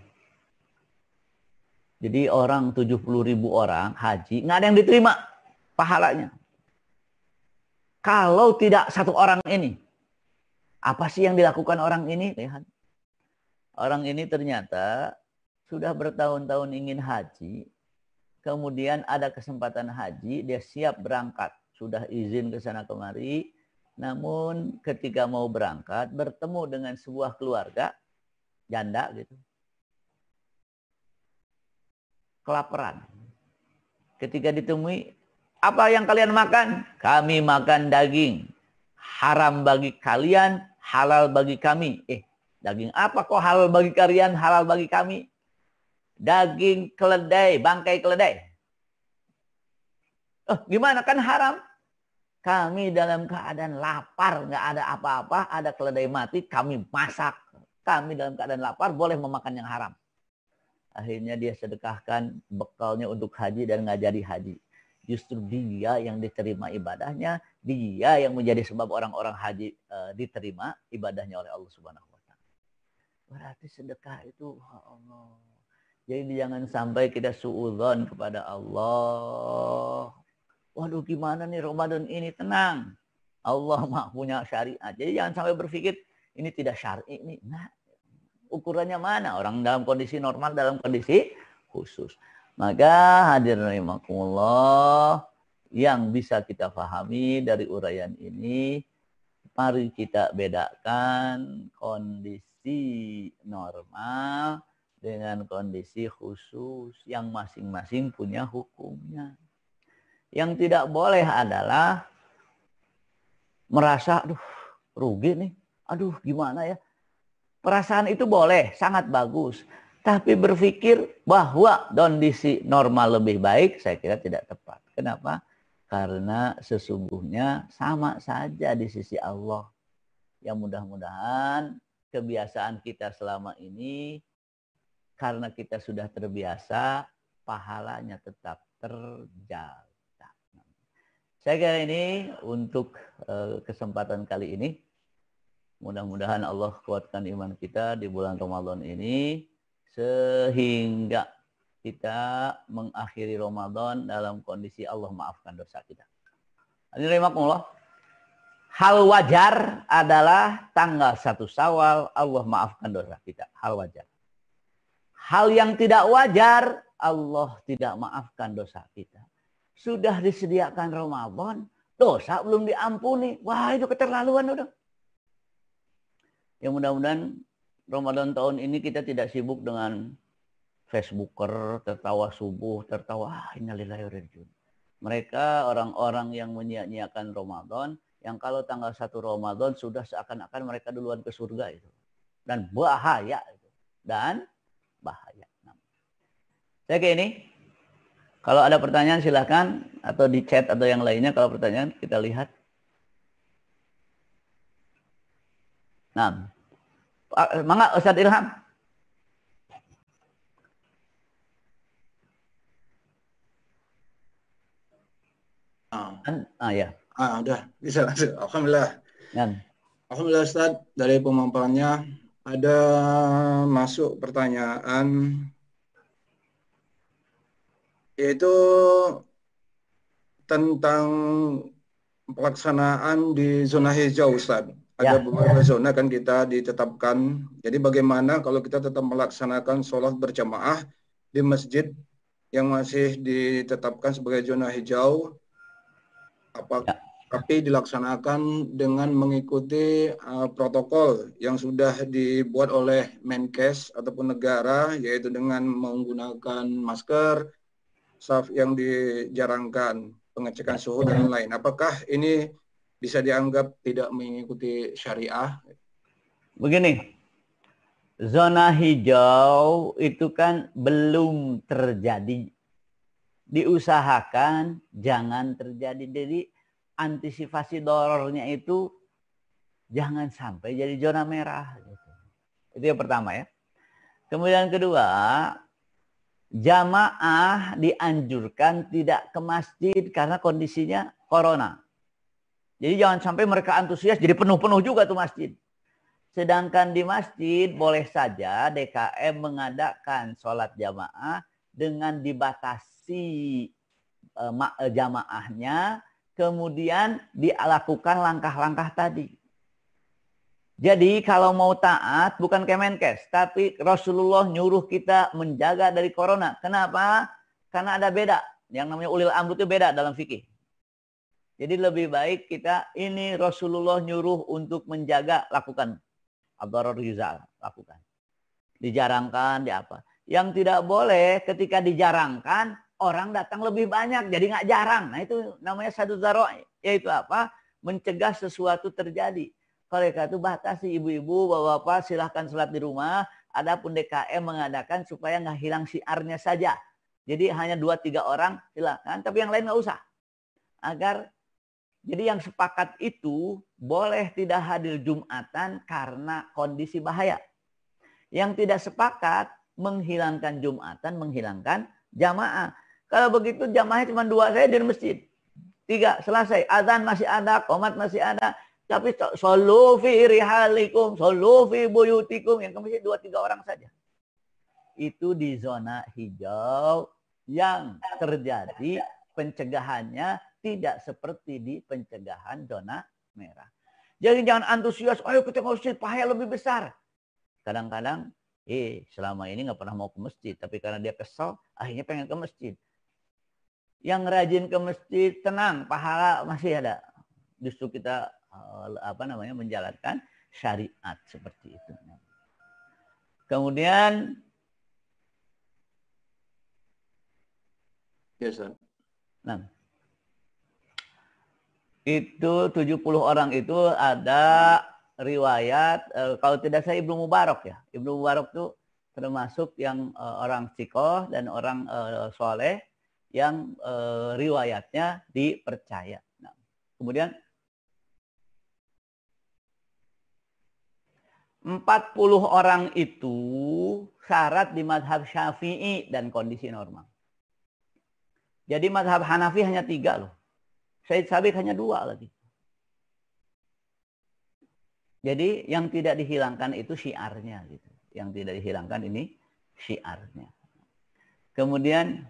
jadi orang 70.000 orang haji, nggak ada yang diterima pahalanya. Kalau tidak satu orang ini, apa sih yang dilakukan orang ini? Lihat, orang ini ternyata sudah bertahun-tahun ingin haji, kemudian ada kesempatan haji, dia siap berangkat, sudah izin ke sana kemari. Namun ketika mau berangkat bertemu dengan sebuah keluarga janda gitu, kelaparan. Ketika ditemui, apa yang kalian makan? Kami makan daging. Haram bagi kalian, halal bagi kami. Daging apa kok halal bagi kalian, halal bagi kami? Daging keledai, bangkai keledai. Gimana kan haram? Kami dalam keadaan lapar, nggak ada apa-apa, ada keledai mati, kami masak. Kami dalam keadaan lapar, boleh memakan yang haram. Akhirnya dia sedekahkan bekalnya untuk haji dan nggak jadi haji. Justru dia yang diterima ibadahnya, dia yang menjadi sebab orang-orang haji diterima ibadahnya oleh Allah Subhanahu wa Ta'ala. Berarti sedekah itu, Allah. Jadi jangan sampai kita suudzon kepada Allah. Waduh, gimana nih Ramadan ini? Tenang, Allah mah punya syariat. Jadi jangan sampai berpikir ini tidak syar'i nih. Nah, ukurannya mana? Orang dalam kondisi normal, dalam kondisi khusus. Maka hadirin rahimakumullah, yang bisa kita pahami dari uraian ini, mari kita bedakan kondisi normal dengan kondisi khusus yang masing-masing punya hukumnya. Yang tidak boleh adalah merasa, aduh rugi nih, aduh gimana ya. Perasaan itu boleh, sangat bagus. Tapi berpikir bahwa kondisi normal lebih baik, saya kira tidak tepat. Kenapa? Karena sesungguhnya sama saja di sisi Allah. Yang mudah-mudahan kebiasaan kita selama ini, karena kita sudah terbiasa, pahalanya tetap terjaga. Saya kira ini untuk kesempatan kali ini. Mudah-mudahan Allah kuatkan iman kita di bulan Ramadan ini, sehingga kita mengakhiri Ramadan dalam kondisi Allah maafkan dosa kita. Hal wajar adalah tanggal 1 Syawal Allah maafkan dosa kita. Hal wajar. Hal yang tidak wajar, Allah tidak maafkan dosa kita. Sudah disediakan Ramadan, dosa belum diampuni. Wah, itu keterlaluan udah. Ya mudah-mudahan Ramadan tahun ini kita tidak sibuk dengan Facebooker, tertawa subuh, tertawa innalillahi wa inna ilaihi raji'un. Mereka orang-orang yang menyia-nyiakan Ramadan, yang kalau tanggal 1 Ramadan sudah seakan-akan mereka duluan ke surga itu. Dan bahaya itu. Dan bahaya. Saya kayak ini. Kalau ada pertanyaan silahkan, atau di chat atau yang lainnya. Kalau pertanyaan kita lihat. Nah, mangga Ustadz Ilham. Ya. Udah bisa langsung. Alhamdulillah. Alhamdulillah Ustadz, dari pemaparannya ada masuk pertanyaan, yaitu tentang pelaksanaan di zona hijau, Ustaz. Ada beberapa zona kan kita ditetapkan. Jadi bagaimana kalau kita tetap melaksanakan sholat berjamaah di masjid yang masih ditetapkan sebagai zona hijau, tapi dilaksanakan dengan mengikuti protokol yang sudah dibuat oleh Menkes ataupun negara, yaitu dengan menggunakan masker, saf yang dijarangkan, pengecekan suhu dan lain-lain. Apakah ini bisa dianggap tidak mengikuti syariah? Begini, zona hijau itu kan belum terjadi. Diusahakan jangan terjadi. Jadi antisipasi dorornya itu jangan sampai jadi zona merah. Itu yang pertama ya. Kemudian kedua, jamaah dianjurkan tidak ke masjid karena kondisinya corona. Jadi jangan sampai mereka antusias jadi penuh-penuh juga tuh masjid. Sedangkan di masjid boleh saja DKM mengadakan sholat jamaah dengan dibatasi jamaahnya, kemudian dilakukan langkah-langkah tadi. Jadi kalau mau taat bukan Kemenkes, tapi Rasulullah nyuruh kita menjaga dari corona. Kenapa? Karena ada beda. Yang namanya ulil amr itu beda dalam fikih. Jadi lebih baik kita ini Rasulullah nyuruh untuk menjaga, lakukan. Ad-darar yuzal, lakukan. Dijarangkan, di apa. Yang tidak boleh ketika dijarangkan, orang datang lebih banyak, jadi nggak jarang. Nah itu namanya sadu dzaro', yaitu apa? Mencegah sesuatu terjadi. Kalau itu batasi ibu-ibu, bapak-bapak silahkan sholat di rumah. Adapun DKM mengadakan supaya nggak hilang syiarnya saja. Jadi hanya 2-3 orang silakan, tapi yang lain nggak usah. Jadi yang sepakat itu boleh tidak hadir Jumatan karena kondisi bahaya. Yang tidak sepakat menghilangkan Jumatan, menghilangkan jamaah. Kalau begitu jamaahnya cuma 2 saja di masjid. 3 selesai, azan masih ada, qomat masih ada. Tapi shollu fi rihalikum, shollu fi buyutikum, yang ke masjid 2-3 orang saja. Itu di zona hijau yang terjadi pencegahannya tidak seperti di pencegahan zona merah. Jadi jangan antusias, ayo kita ke masjid, pahala lebih besar. Kadang-kadang, selama ini nggak pernah mau ke masjid, tapi karena dia kesel, akhirnya pengen ke masjid. Yang rajin ke masjid, tenang, pahala masih ada. Justru kita menjalankan syariat seperti itu. Kemudian, nah, itu 70 orang itu ada riwayat, kalau tidak saya Ibnu Mubarak ya. Ibnu Mubarak itu termasuk yang orang sikoh dan orang soleh yang riwayatnya dipercaya. Nah, kemudian 40 orang itu syarat di mazhab Syafi'i dan kondisi normal. Jadi mazhab Hanafi hanya 3 loh. Said Sabiq hanya 2 lagi. Jadi yang tidak dihilangkan itu syiarnya gitu. Yang tidak dihilangkan ini syiarnya. Kemudian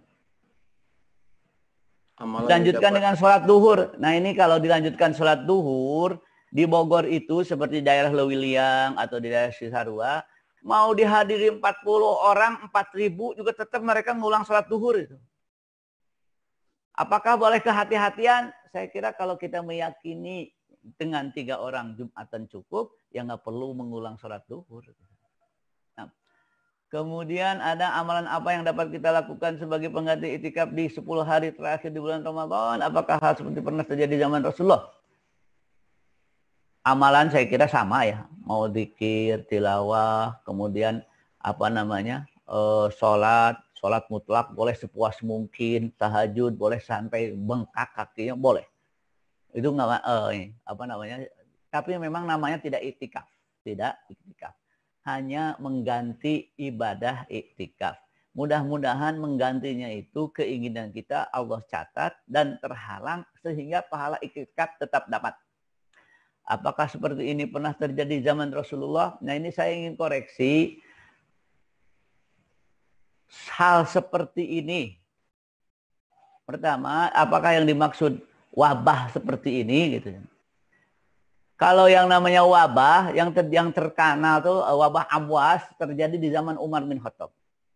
dilanjutkan dengan sholat duhur. Nah ini kalau dilanjutkan sholat duhur di Bogor itu seperti daerah Lewiliang atau di daerah Cisarua, mau dihadiri 40 orang, 4.000 juga tetap mereka ngulang sholat duhur itu. Apakah boleh kehati-hatian? Saya kira kalau kita meyakini dengan 3 orang Jumatan cukup, ya nggak perlu mengulang sholat duhur. Nah, kemudian ada amalan apa yang dapat kita lakukan sebagai pengganti itikaf di 10 hari terakhir di bulan Ramadan? Apakah hal seperti pernah terjadi zaman Rasulullah? Amalan saya kira sama ya. Mau zikir, tilawah, kemudian sholat mutlak boleh sepuas mungkin, tahajud boleh sampai bengkak kakinya boleh. Itu tapi memang namanya tidak iktikaf, hanya mengganti ibadah iktikaf. Mudah-mudahan menggantinya itu keinginan kita Allah catat dan terhalang sehingga pahala iktikaf tetap dapat. Apakah seperti ini pernah terjadi zaman Rasulullah? Nah ini saya ingin koreksi. Hal seperti ini. Pertama, apakah yang dimaksud wabah seperti ini gitu. Kalau yang namanya wabah yang terkenal tuh wabah Amwas terjadi di zaman Umar bin Khattab.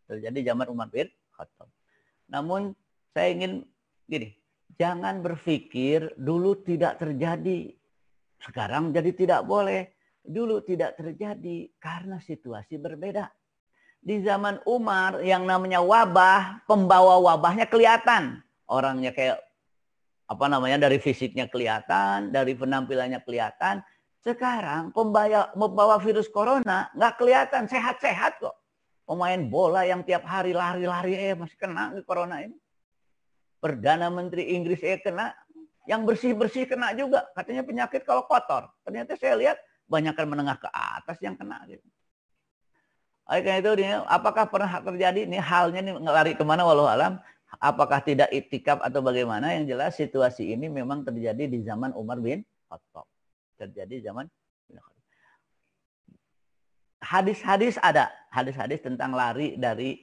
Namun saya ingin gini, jangan berpikir dulu tidak terjadi. Sekarang jadi tidak boleh. Dulu tidak terjadi karena situasi berbeda. Di zaman Umar yang namanya wabah, pembawa wabahnya kelihatan. Orangnya kayak dari fisiknya kelihatan, dari penampilannya kelihatan. Sekarang membawa virus corona nggak kelihatan, sehat-sehat kok. Pemain bola yang tiap hari lari-lari masih kena corona ini. Perdana Menteri Inggris kena, yang bersih-bersih kena juga. Katanya penyakit kalau kotor. Ternyata saya lihat banyakkan menengah ke atas yang kena gitu. Karena itu apakah pernah terjadi ini halnya ini lari kemana walau alam? Apakah tidak iktikaf atau bagaimana? Yang jelas situasi ini memang terjadi di zaman Umar bin Khattab. Terjadi zaman hadis-hadis ada hadis-hadis tentang lari dari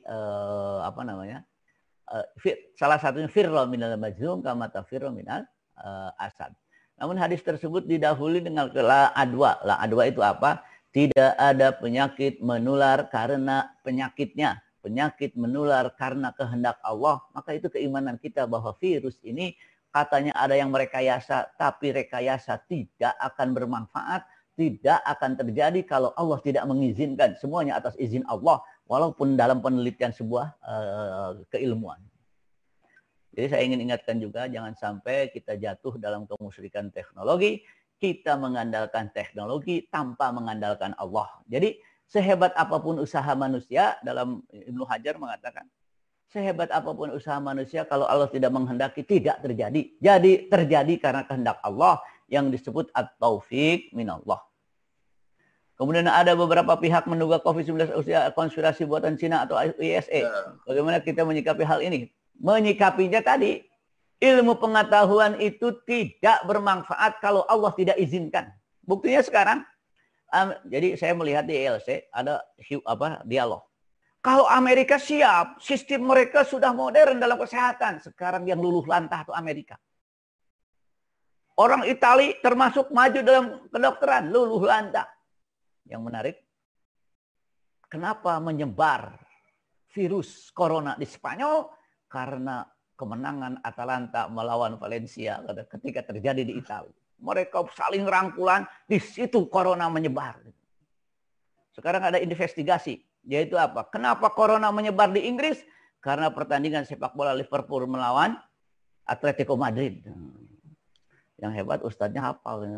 salah satunya firra minal majzum kama tafirra minal asad. Namun hadis tersebut didahului dengan la adwa. La adwa itu apa? Tidak ada penyakit menular karena penyakitnya. Penyakit menular karena kehendak Allah. Maka itu keimanan kita bahwa virus ini katanya ada yang merekayasa, tapi rekayasa tidak akan bermanfaat, tidak akan terjadi kalau Allah tidak mengizinkan. Semuanya atas izin Allah, walaupun dalam penelitian sebuah keilmuan. Jadi saya ingin ingatkan juga, jangan sampai kita jatuh dalam kemusyrikan teknologi, kita mengandalkan teknologi tanpa mengandalkan Allah. Jadi sehebat apapun usaha manusia, dalam Ibnu Hajar mengatakan, sehebat apapun usaha manusia, kalau Allah tidak menghendaki, tidak terjadi. Jadi terjadi karena kehendak Allah yang disebut at-taufiq minallah. Kemudian ada beberapa pihak menduga COVID-19 konspirasi buatan Cina atau ISE. Bagaimana kita menyikapi hal ini? Menyikapinya tadi, ilmu pengetahuan itu tidak bermanfaat kalau Allah tidak izinkan. Buktinya sekarang, jadi saya melihat di ILC ada dialog. Kalau Amerika siap, sistem mereka sudah modern dalam kesehatan. Sekarang yang luluh lantah itu Amerika. Orang Italia termasuk maju dalam kedokteran, luluh lantah. Yang menarik, kenapa menyebar virus corona di Spanyol? Karena kemenangan Atalanta melawan Valencia ketika terjadi di Italia. Mereka saling rangkulan, di situ corona menyebar. Sekarang ada investigasi, yaitu apa? Kenapa corona menyebar di Inggris? Karena pertandingan sepak bola Liverpool melawan Atletico Madrid. Yang hebat ustadznya hafal.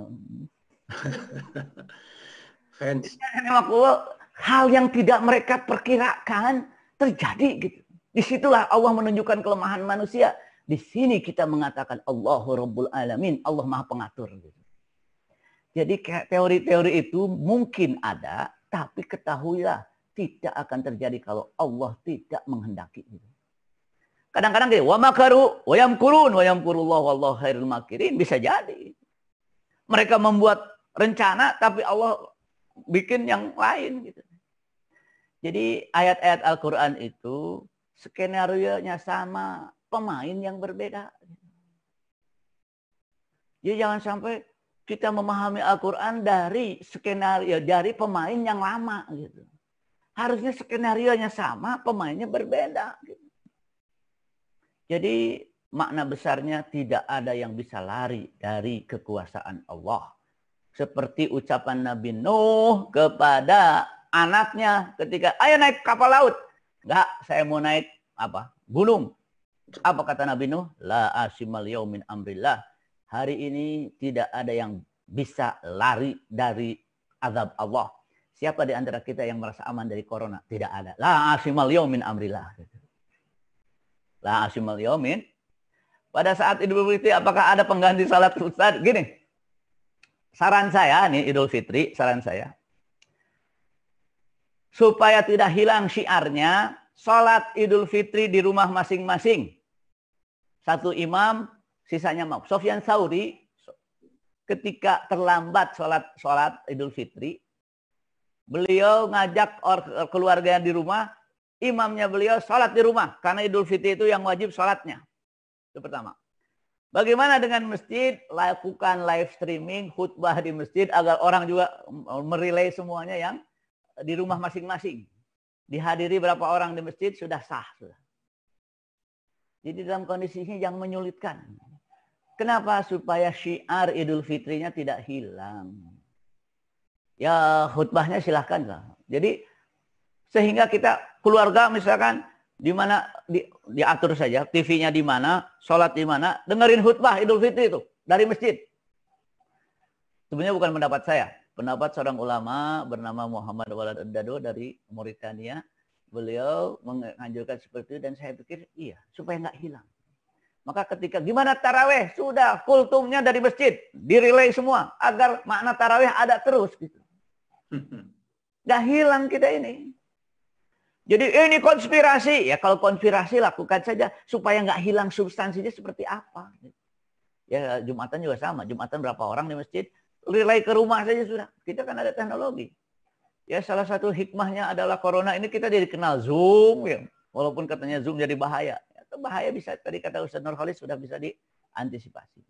Fans. Hal yang tidak mereka perkirakan terjadi gitu. Disitulah Allah menunjukkan kelemahan manusia. Di sini kita mengatakan Allahu Rabbul Alamin, Allah Maha Pengatur. Gitu. Jadi teori-teori itu mungkin ada, tapi ketahuilah tidak akan terjadi kalau Allah tidak menghendaki. Gitu. Kadang-kadang gitu, wa makaru wa yamkurun wa yamkurullahu wallahu khairul makirin, bisa jadi. Mereka membuat rencana tapi Allah bikin yang lain gitu. Jadi ayat-ayat Al-Qur'an itu skenario-nya sama, pemain yang berbeda. Jadi jangan sampai kita memahami Al-Qur'an dari skenario, dari pemain yang lama gitu. Harusnya skenario-nya sama, pemainnya berbeda gitu. Jadi makna besarnya tidak ada yang bisa lari dari kekuasaan Allah. Seperti ucapan Nabi Nuh kepada anaknya ketika, ayo naik kapal laut. Enggak, saya mau naik gunung. Apa kata Nabi Nuh? La asimal yaumin amrillah. Hari ini tidak ada yang bisa lari dari azab Allah. Siapa di antara kita yang merasa aman dari corona? Tidak ada. La asimal yaumin amrillah. La asimal yaumin. Pada saat Idul Fitri, apakah ada pengganti salat Ustaz? Gini. Saran saya nih Idul Fitri, saran saya. Supaya tidak hilang syiarnya, salat Idul Fitri di rumah masing-masing. Satu imam, sisanya maaf. Sofyan Tsauri ketika terlambat salat Idul Fitri, beliau ngajak keluarganya di rumah, imamnya beliau salat di rumah karena Idul Fitri itu yang wajib salatnya. Itu pertama. Bagaimana dengan masjid? Lakukan live streaming khutbah di masjid agar orang juga merelay semuanya yang di rumah masing-masing. Dihadiri berapa orang di masjid sudah sah. Jadi dalam kondisinya yang menyulitkan. Kenapa? Supaya syiar Idul Fitrinya tidak hilang. Ya khutbahnya silahkan lah. Jadi sehingga kita keluarga misalkan di mana diatur saja TV-nya di mana, sholat di mana, dengerin khutbah Idul Fitri itu dari masjid. Sebenarnya bukan pendapat saya. Pendapat seorang ulama bernama Muhammad Walad Dado dari Mauritania. Beliau menganjurkan seperti itu dan saya pikir iya, supaya nggak hilang. Maka ketika gimana taraweh, sudah kultumnya dari masjid, direlay semua agar makna taraweh ada terus gitu. Nggak hilang kita ini. Jadi ini konspirasi. Ya kalau konspirasi lakukan saja supaya nggak hilang substansinya seperti apa. Ya Jumatan juga sama. Jumatan berapa orang di masjid, relay ke rumah saja sudah. Kita kan ada teknologi. Ya salah satu hikmahnya adalah corona ini kita jadi kenal Zoom. Ya. Walaupun katanya Zoom jadi bahaya. Ya, bahaya bisa, tadi kata Ustaz Nurholis sudah bisa diantisipasi.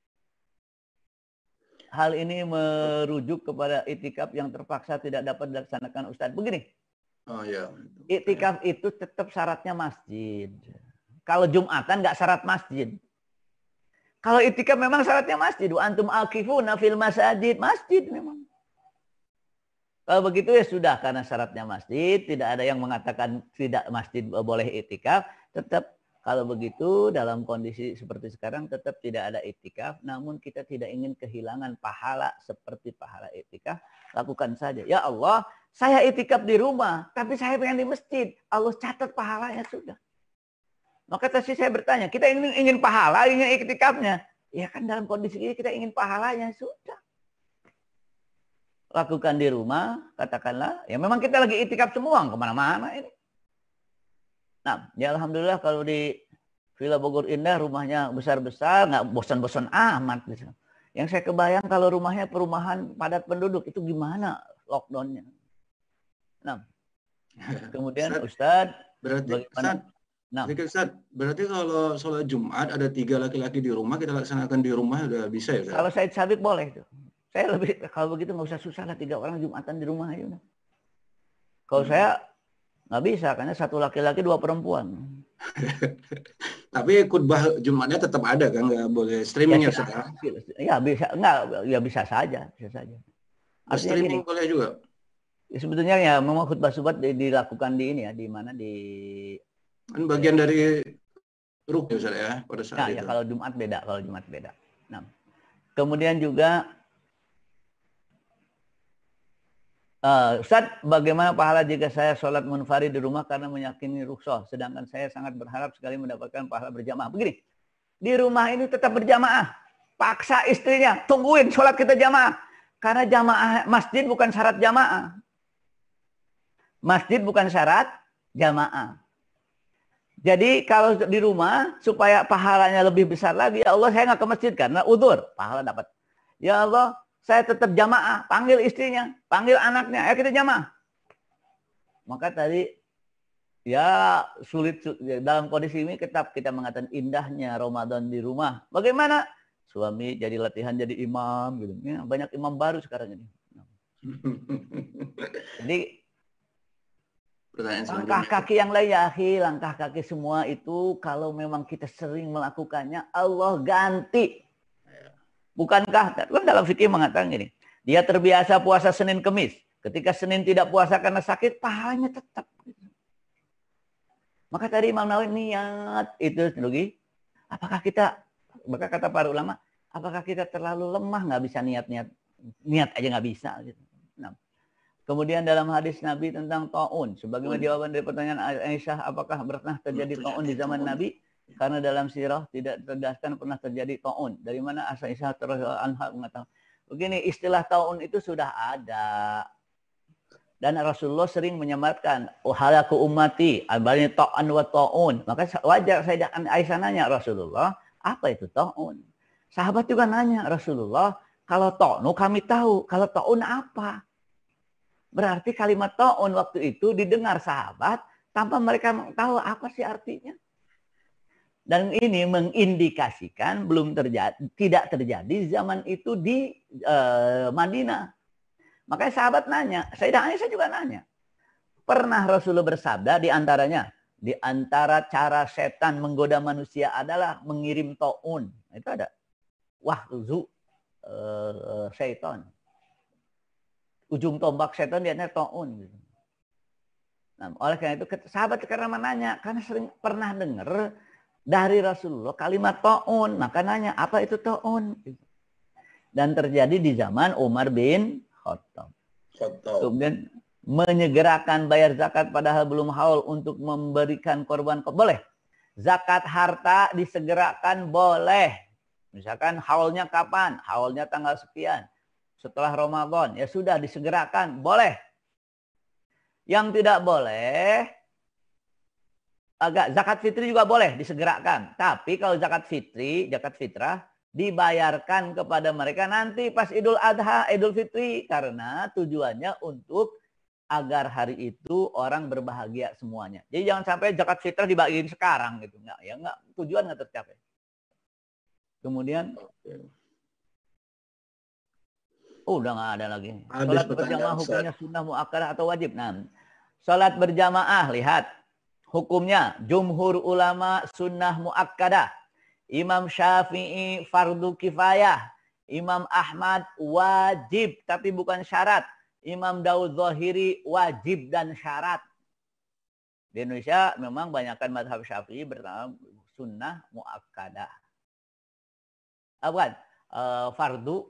Hal ini merujuk kepada itikaf yang terpaksa tidak dapat dilaksanakan Ustaz. Begini. Oh ya. Itikaf itu tetap syaratnya masjid. Kalau Jumatan nggak syarat masjid. Kalau itikaf memang syaratnya masjid. Wa antum akifuna fil masajid. Masjid memang. Kalau begitu ya sudah, karena syaratnya masjid. Tidak ada yang mengatakan tidak masjid boleh itikaf. Tetap kalau begitu dalam kondisi seperti sekarang tetap tidak ada itikaf. Namun kita tidak ingin kehilangan pahala seperti pahala itikaf. Lakukan saja. Ya Allah, saya itikaf di rumah. Tapi saya pengen di masjid. Allah catat pahalanya sudah. Maka tadi saya bertanya, kita ingin pahala, ingin iktikafnya. Ya kan dalam kondisi ini kita ingin pahalanya, sudah. Lakukan di rumah, katakanlah. Ya memang kita lagi iktikaf semua, kemana-mana ini. Nah, ya Alhamdulillah kalau di Villa Bogor Indah, rumahnya besar-besar, nggak bosan-bosan amat. Gitu. Yang saya kebayang kalau rumahnya perumahan padat penduduk, itu gimana lockdown-nya. Nah, kemudian Ustadz, berarti bagaimana? Nah, Ustaz, berarti kalau sholat Jumat ada 3 laki-laki di rumah, kita laksanakan di rumah udah bisa ya Ustaz? Kalau Said Sabik boleh tuh. Saya lebih, kalau begitu nggak usah susah lah 3 orang Jumatan di rumah aja. Kalau saya nggak bisa, karena 1 laki-laki 2 perempuan. Tapi khutbah Jumatnya tetap ada kan, nggak boleh streaming ya Ustaz? Ya bisa, nggak, ya bisa saja, bisa saja. Artinya streaming boleh juga? Ya, sebetulnya ya memang khutbah Jumat dilakukan di ini ya, di mana di kan bagian dari rukun Ustaz ya pada saat itu. Ya kalau Jumat beda, Nah, kemudian juga Ustaz, bagaimana pahala jika saya sholat munfarid di rumah karena meyakini rukhsah, sedangkan saya sangat berharap sekali mendapatkan pahala berjamaah. Begini, di rumah ini tetap berjamaah. Paksa istrinya, tungguin sholat kita jamaah. Karena jamaah masjid bukan syarat jamaah. Masjid bukan syarat jamaah. Jadi kalau di rumah supaya pahalanya lebih besar lagi, ya Allah saya nggak ke masjid karena udzur, pahala dapat. Ya Allah saya tetap jamaah, panggil istrinya, panggil anaknya, ayo kita jamaah. Maka tadi ya sulit dalam kondisi ini tetap kita mengatakan indahnya Ramadan di rumah. Bagaimana? Suami jadi latihan jadi imam gitu. Ya, banyak imam baru sekarang ini. Jadi langkah kaki yang lain ya, langkah kaki semua itu kalau memang kita sering melakukannya, Allah ganti. Bukankah dalam fikih mengatakan gini, dia terbiasa puasa Senin Kemis, ketika Senin tidak puasa karena sakit, pahalanya tetap. Maka tadi Imam Nawawi niat itu lagi, apakah kita, maka kata para ulama, apakah kita terlalu lemah nggak bisa niat aja nggak bisa gitu. Nah, kemudian dalam hadis Nabi tentang ta'un, sebagaimana jawaban dari pertanyaan Aisyah, apakah pernah terjadi ta'un di zaman Nabi? Karena dalam sirah tidak terdasarkan pernah terjadi ta'un. Dari mana Aisyah anha mengatakan? Begini, istilah ta'un itu sudah ada. Dan Rasulullah sering menyamarkan, halaku ummati, abalnya ta'an wa ta'un. Maka wajar saya Aisyah nanya, Rasulullah, apa itu ta'un? Sahabat juga nanya, Rasulullah, kalau ta'nu kami tahu, kalau ta'un apa? Berarti kalimat ta'un waktu itu didengar sahabat tanpa mereka tahu apa sih artinya. Dan ini mengindikasikan tidak terjadi zaman itu di Madinah. Makanya sahabat nanya, Sayyidah Aisyah juga nanya. Pernah Rasulullah bersabda di antaranya, di antara cara setan menggoda manusia adalah mengirim ta'un. Itu ada. Wahzu syaitan. Ujung tombak setan dia ta'un. Nah, oleh karena itu sahabat karena menanya, karena sering pernah dengar dari Rasulullah kalimat ta'un, maka nanya apa itu ta'un? dan terjadi di zaman Umar bin Khattab. Kemudian menyegerakan bayar zakat padahal belum haul untuk memberikan korban boleh. Zakat harta disegerakan boleh. Misalkan haulnya kapan? Haulnya tanggal sekian. Setelah Ramadan, ya sudah disegerakan, boleh. Yang tidak boleh, zakat fitri juga boleh disegerakan. Tapi kalau zakat fitrah, dibayarkan kepada mereka nanti pas Idul Adha, Idul Fitri. Karena tujuannya untuk agar hari itu orang berbahagia semuanya. Jadi jangan sampai zakat fitrah dibagiin sekarang gitu. Enggak, tujuan nggak tercapai. Kemudian udah nggak ada lagi. Salat berjamaah hukumnya sunnah muakkadah atau wajib? Nah, salat berjamaah lihat hukumnya jumhur ulama sunnah muakkadah. Imam Syafi'i fardu kifayah. Imam Ahmad wajib tapi bukan syarat. Imam Daud Zahiri wajib dan syarat. Di Indonesia memang banyakkan mazhab Syafi'i bernama sunnah muakkadah. Bukan fardu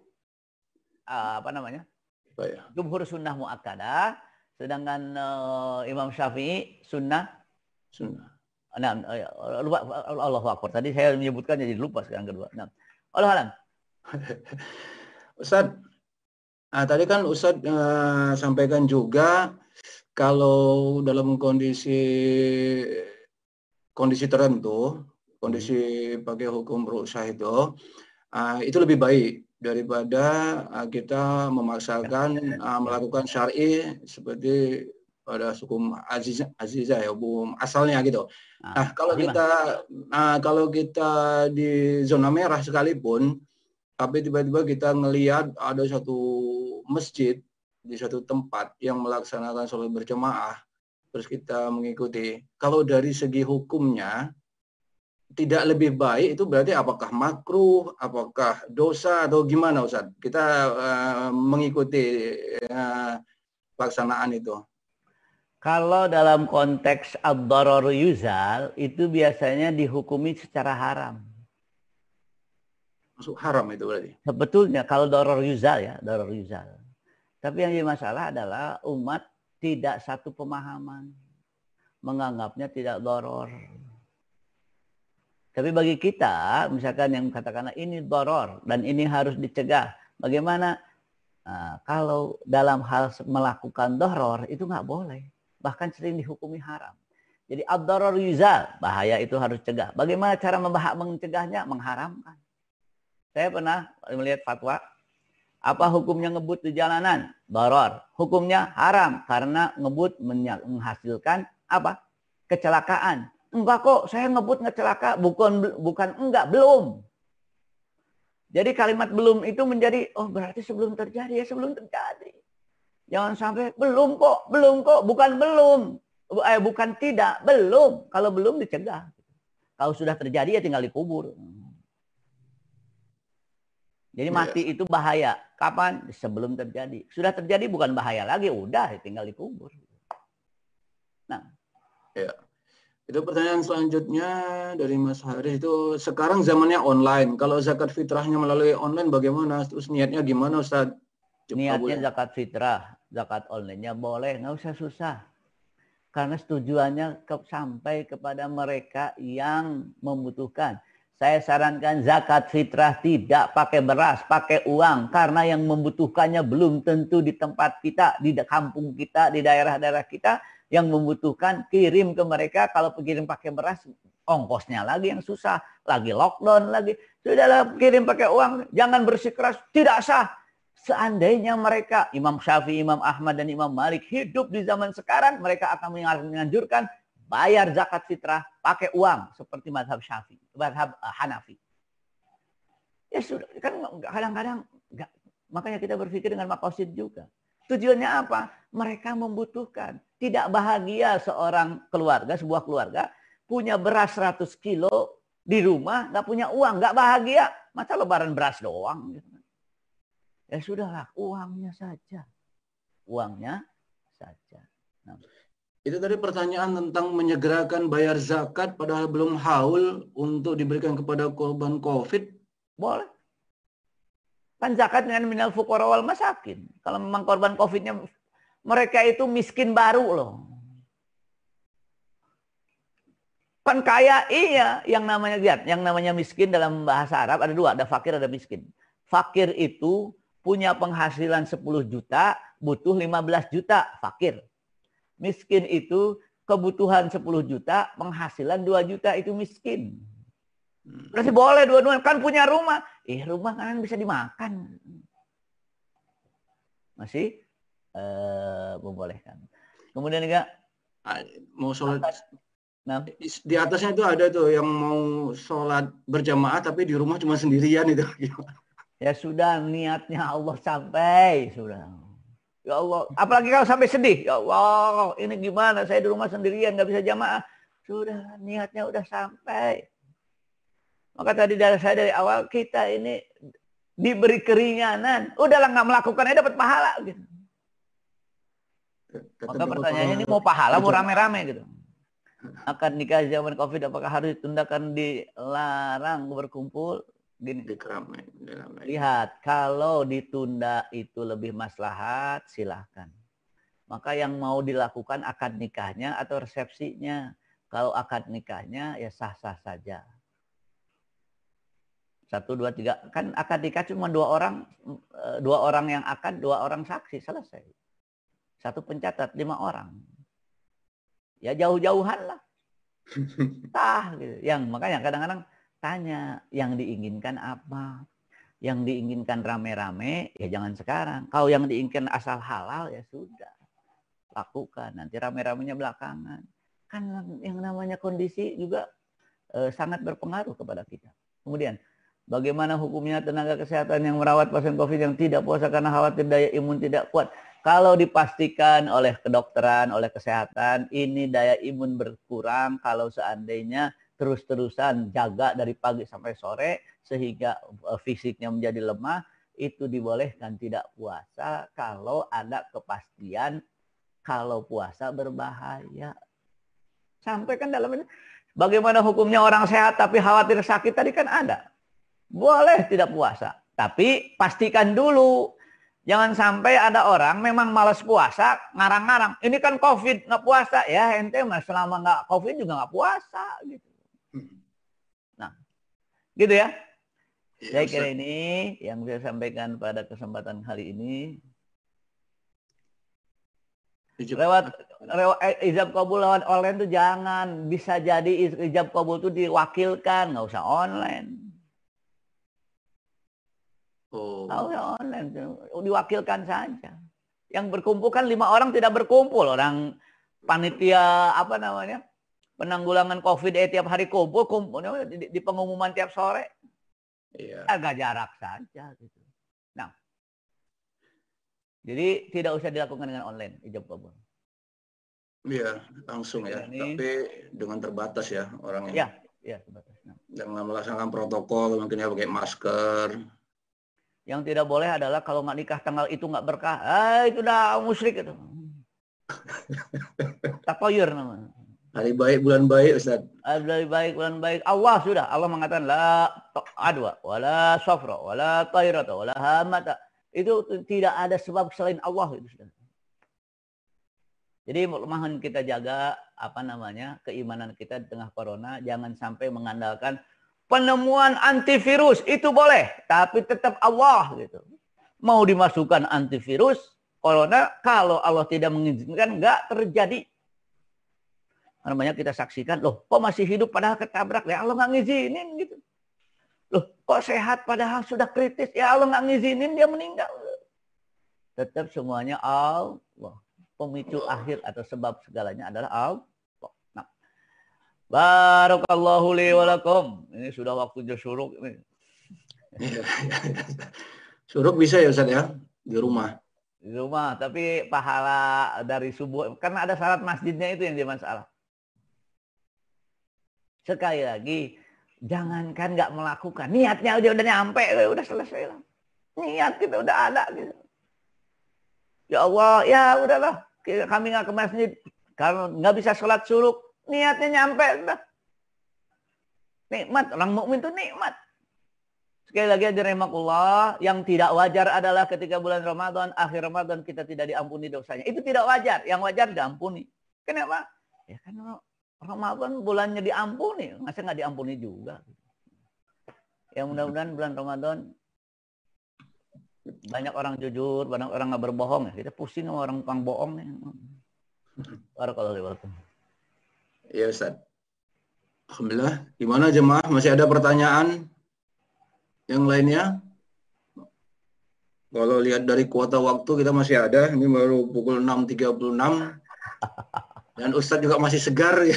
jumhur sunnah muakkadah, sedangkan Imam Syafi'i sunnah. Nah, Allahu Akbar. Tadi saya menyebutkan jadi lupa sekarang kedua. Nah, Allahu a'lam. Ustaz, tadi kan Ustaz sampaikan juga kalau dalam kondisi tertentu, kondisi pakai hukum rukhsah itu lebih baik daripada kita memaksakan melakukan syar'i seperti pada hukum azizah ya, hukum asalnya gitu. Nah, kalau kita di zona merah sekalipun, tapi tiba-tiba kita ngelihat ada satu masjid di satu tempat yang melaksanakan sholat berjamaah, terus kita mengikuti. Kalau dari segi hukumnya tidak lebih baik, itu berarti apakah makruh, apakah dosa, atau gimana Ustaz? Kita mengikuti pelaksanaan itu. Kalau dalam konteks ad-darar yuzal, itu biasanya dihukumi secara haram. Masuk haram itu berarti? Sebetulnya kalau darar yuzal ya, darar yuzal. Tapi yang jadi masalah adalah umat tidak satu pemahaman. Menganggapnya tidak darar. Tapi bagi kita, misalkan yang katakanlah ini darar dan ini harus dicegah. Bagaimana? Nah, kalau dalam hal melakukan darar itu nggak boleh. Bahkan sering dihukumi haram. Jadi ad-darar yuzal, bahaya itu harus cegah. Bagaimana cara mencegahnya? Mengharamkan. Saya pernah melihat fatwa. Apa hukumnya ngebut di jalanan? Darar. Hukumnya haram karena ngebut menghasilkan apa? Kecelakaan. Enggak kok, saya ngebut nggak celaka. Bukan enggak, belum. Jadi kalimat belum itu menjadi, oh berarti sebelum terjadi, ya sebelum terjadi. Jangan sampai belum kok, bukan belum. Bukan tidak, belum. Kalau belum dicegah. Kalau sudah terjadi ya tinggal dikubur. Jadi mati itu bahaya. Kapan? Sebelum terjadi. Sudah terjadi bukan bahaya lagi, udah tinggal dikubur. Nah. Ya. Itu pertanyaan selanjutnya dari Mas Haris itu, sekarang zamannya online. Kalau zakat fitrahnya melalui online bagaimana? Terus niatnya gimana Ustaz? Niatnya zakat fitrah, zakat online-nya boleh, nggak usah susah. Karena tujuannya sampai kepada mereka yang membutuhkan. Saya sarankan zakat fitrah tidak pakai beras, pakai uang. Karena yang membutuhkannya belum tentu di tempat kita, di kampung kita, di daerah-daerah kita. Yang membutuhkan kirim ke mereka. Kalau kirim pakai beras, ongkosnya lagi yang susah. Lagi lockdown lagi. Sudahlah kirim pakai uang, jangan bersikeras, tidak sah. Seandainya mereka, Imam Syafi'i, Imam Ahmad, dan Imam Malik hidup di zaman sekarang, mereka akan menganjurkan bayar zakat fitrah pakai uang seperti mazhab Syafi'i, mazhab Hanafi. Ya sudah, kan kadang-kadang makanya kita berpikir dengan maqasid juga. Tujuannya apa? Mereka membutuhkan. Tidak bahagia seorang keluarga, sebuah keluarga punya beras 100 kilo di rumah, nggak punya uang, nggak bahagia. Masa lebaran beras doang? Ya sudahlah, uangnya saja. Uangnya saja. Nah. Itu tadi pertanyaan tentang menyegerakan bayar zakat padahal belum haul untuk diberikan kepada korban COVID. Boleh. Kan zakat dengan minal fuqara wal masakin. Kalau memang korban Covid-nya mereka itu miskin baru loh. Kan kaya iya, yang namanya lihat, yang namanya miskin dalam bahasa Arab ada dua, ada fakir ada miskin. Fakir itu punya penghasilan 10 juta, butuh 15 juta, fakir. Miskin itu kebutuhan 10 juta, penghasilan 2 juta, itu miskin. Berarti boleh dua-duanya, kan punya rumah. Rumah kan bisa dimakan. Masih membolehkan. Kemudian juga mau sholat nah, di atasnya itu ada tuh yang mau sholat berjamaah tapi di rumah cuma sendirian itu. ya sudah, niatnya Allah sampai sudah. Ya Allah, apalagi kalau sampai sedih. Ya Allah, ini gimana? Saya di rumah sendirian, nggak bisa jamaah. Sudah, niatnya udah sampai. Maka tadi saya dari awal, kita ini diberi keringanan. Udahlah nggak melakukannya dapat pahala gitu. Maka pertanyaannya ini mau pahala mau rame-rame gitu. Akad nikah zaman Covid apakah harus ditundakan, dilarang berkumpul? Gini. Lihat, kalau ditunda itu lebih maslahat, silahkan. Maka yang mau dilakukan akad nikahnya atau resepsinya. Kalau akad nikahnya ya sah-sah saja. 1, 2, 3. Kan akad nikah cuma 2 orang. 2 orang yang akad, 2 orang saksi. Selesai. 1 pencatat, 5 orang. Ya jauh-jauhan lah. Gitu. Makanya kadang-kadang tanya, yang diinginkan apa? Yang diinginkan rame-rame, ya jangan sekarang. Kalau yang diinginkan asal halal, ya sudah. Lakukan. Nanti rame-ramenya belakangan. Kan yang namanya kondisi juga sangat berpengaruh kepada kita. Kemudian, bagaimana hukumnya tenaga kesehatan yang merawat pasien COVID yang tidak puasa karena khawatir daya imun tidak kuat? Kalau dipastikan oleh kedokteran, oleh kesehatan, ini daya imun berkurang kalau seandainya terus-terusan jaga dari pagi sampai sore sehingga fisiknya menjadi lemah, itu dibolehkan tidak puasa kalau ada kepastian kalau puasa berbahaya. Sampai kan dalam ini, bagaimana hukumnya orang sehat tapi khawatir sakit tadi kan ada. Boleh tidak puasa, tapi pastikan dulu. Jangan sampai ada orang memang malas puasa, ngarang-ngarang. Ini kan COVID, nggak puasa. Ya ente mas selama nggak COVID juga nggak puasa. Gitu. Nah, gitu ya. Saya kira ini yang saya sampaikan pada kesempatan kali ini. Lewat ijab kabul lewat online itu jangan. Bisa jadi ijab kabul itu diwakilkan, nggak usah online. Nggak usah online, diwakilkan saja. Yang berkumpul kan 5 orang tidak berkumpul. Orang panitia apa namanya penanggulangan COVID tiap hari kumpulnya di pengumuman tiap sore. Iya. Agak jarak saja gitu. Nah, jadi tidak usah dilakukan dengan online ijab kabul. Iya, langsung ya. Tapi dengan terbatas ya orangnya. Iya, terbatas. Nah. Jangan melaksanakan protokol, mungkin ya pakai masker. Yang tidak boleh adalah kalau nggak nikah tanggal itu nggak berkah, itu udah musyrik itu. Tatoyur namanya. Hari baik bulan baik Ustaz. Hari baik bulan baik. Allah sudah. Allah mengatakan la adwa wala safra wala tairata wala hamata. Itu tidak ada sebab selain Allah itu sudah. Jadi mohon kita jaga keimanan kita di tengah corona, jangan sampai mengandalkan penemuan antivirus itu boleh, tapi tetap Allah gitu. Mau dimasukkan antivirus corona kalau Allah tidak mengizinkan nggak terjadi. Namanya kita saksikan, loh kok masih hidup padahal ketabrak, ya Allah nggak ngizinin gitu. Loh kok sehat padahal sudah kritis, ya Allah nggak ngizinin dia meninggal. Tetap semuanya Allah. Pemicu akhir atau sebab segalanya adalah Allah. Nah. Barakallahu li wa lakum. Ini sudah waktunya syuruk ini. Syuruk bisa ya Ustaz ya di rumah. Di rumah, tapi pahala dari subuh karena ada syarat masjidnya itu yang jadi masalah. Sekali lagi, jangankan nggak melakukan, niatnya aja udah nyampe, udah selesai lah. Niat kita udah ada gitu. Ya Allah, ya udahlah, kami nggak ke masjid, kalau nggak bisa sholat syuruk, niatnya nyampe udah. Nikmat, orang mukmin itu nikmat. Sekali lagi rahimakumullah, yang tidak wajar adalah ketika bulan Ramadan, akhir Ramadan kita tidak diampuni dosanya. Itu tidak wajar. Yang wajar diampuni. Kenapa? Ya kan Ramadan bulannya diampuni, masa nggak diampuni juga. Ya mudah-mudahan bulan Ramadan banyak orang jujur, banyak orang nggak berbohong. Ya. Kita pusing sama orang tukang bohong nih. Barakallahu fiikum. Ya Ustaz. Alhamdulillah. Gimana jemaah? Masih ada pertanyaan yang lainnya? Kalau lihat dari kuota waktu kita masih ada. Ini baru pukul 6.36. Dan Ustadz juga masih segar ya.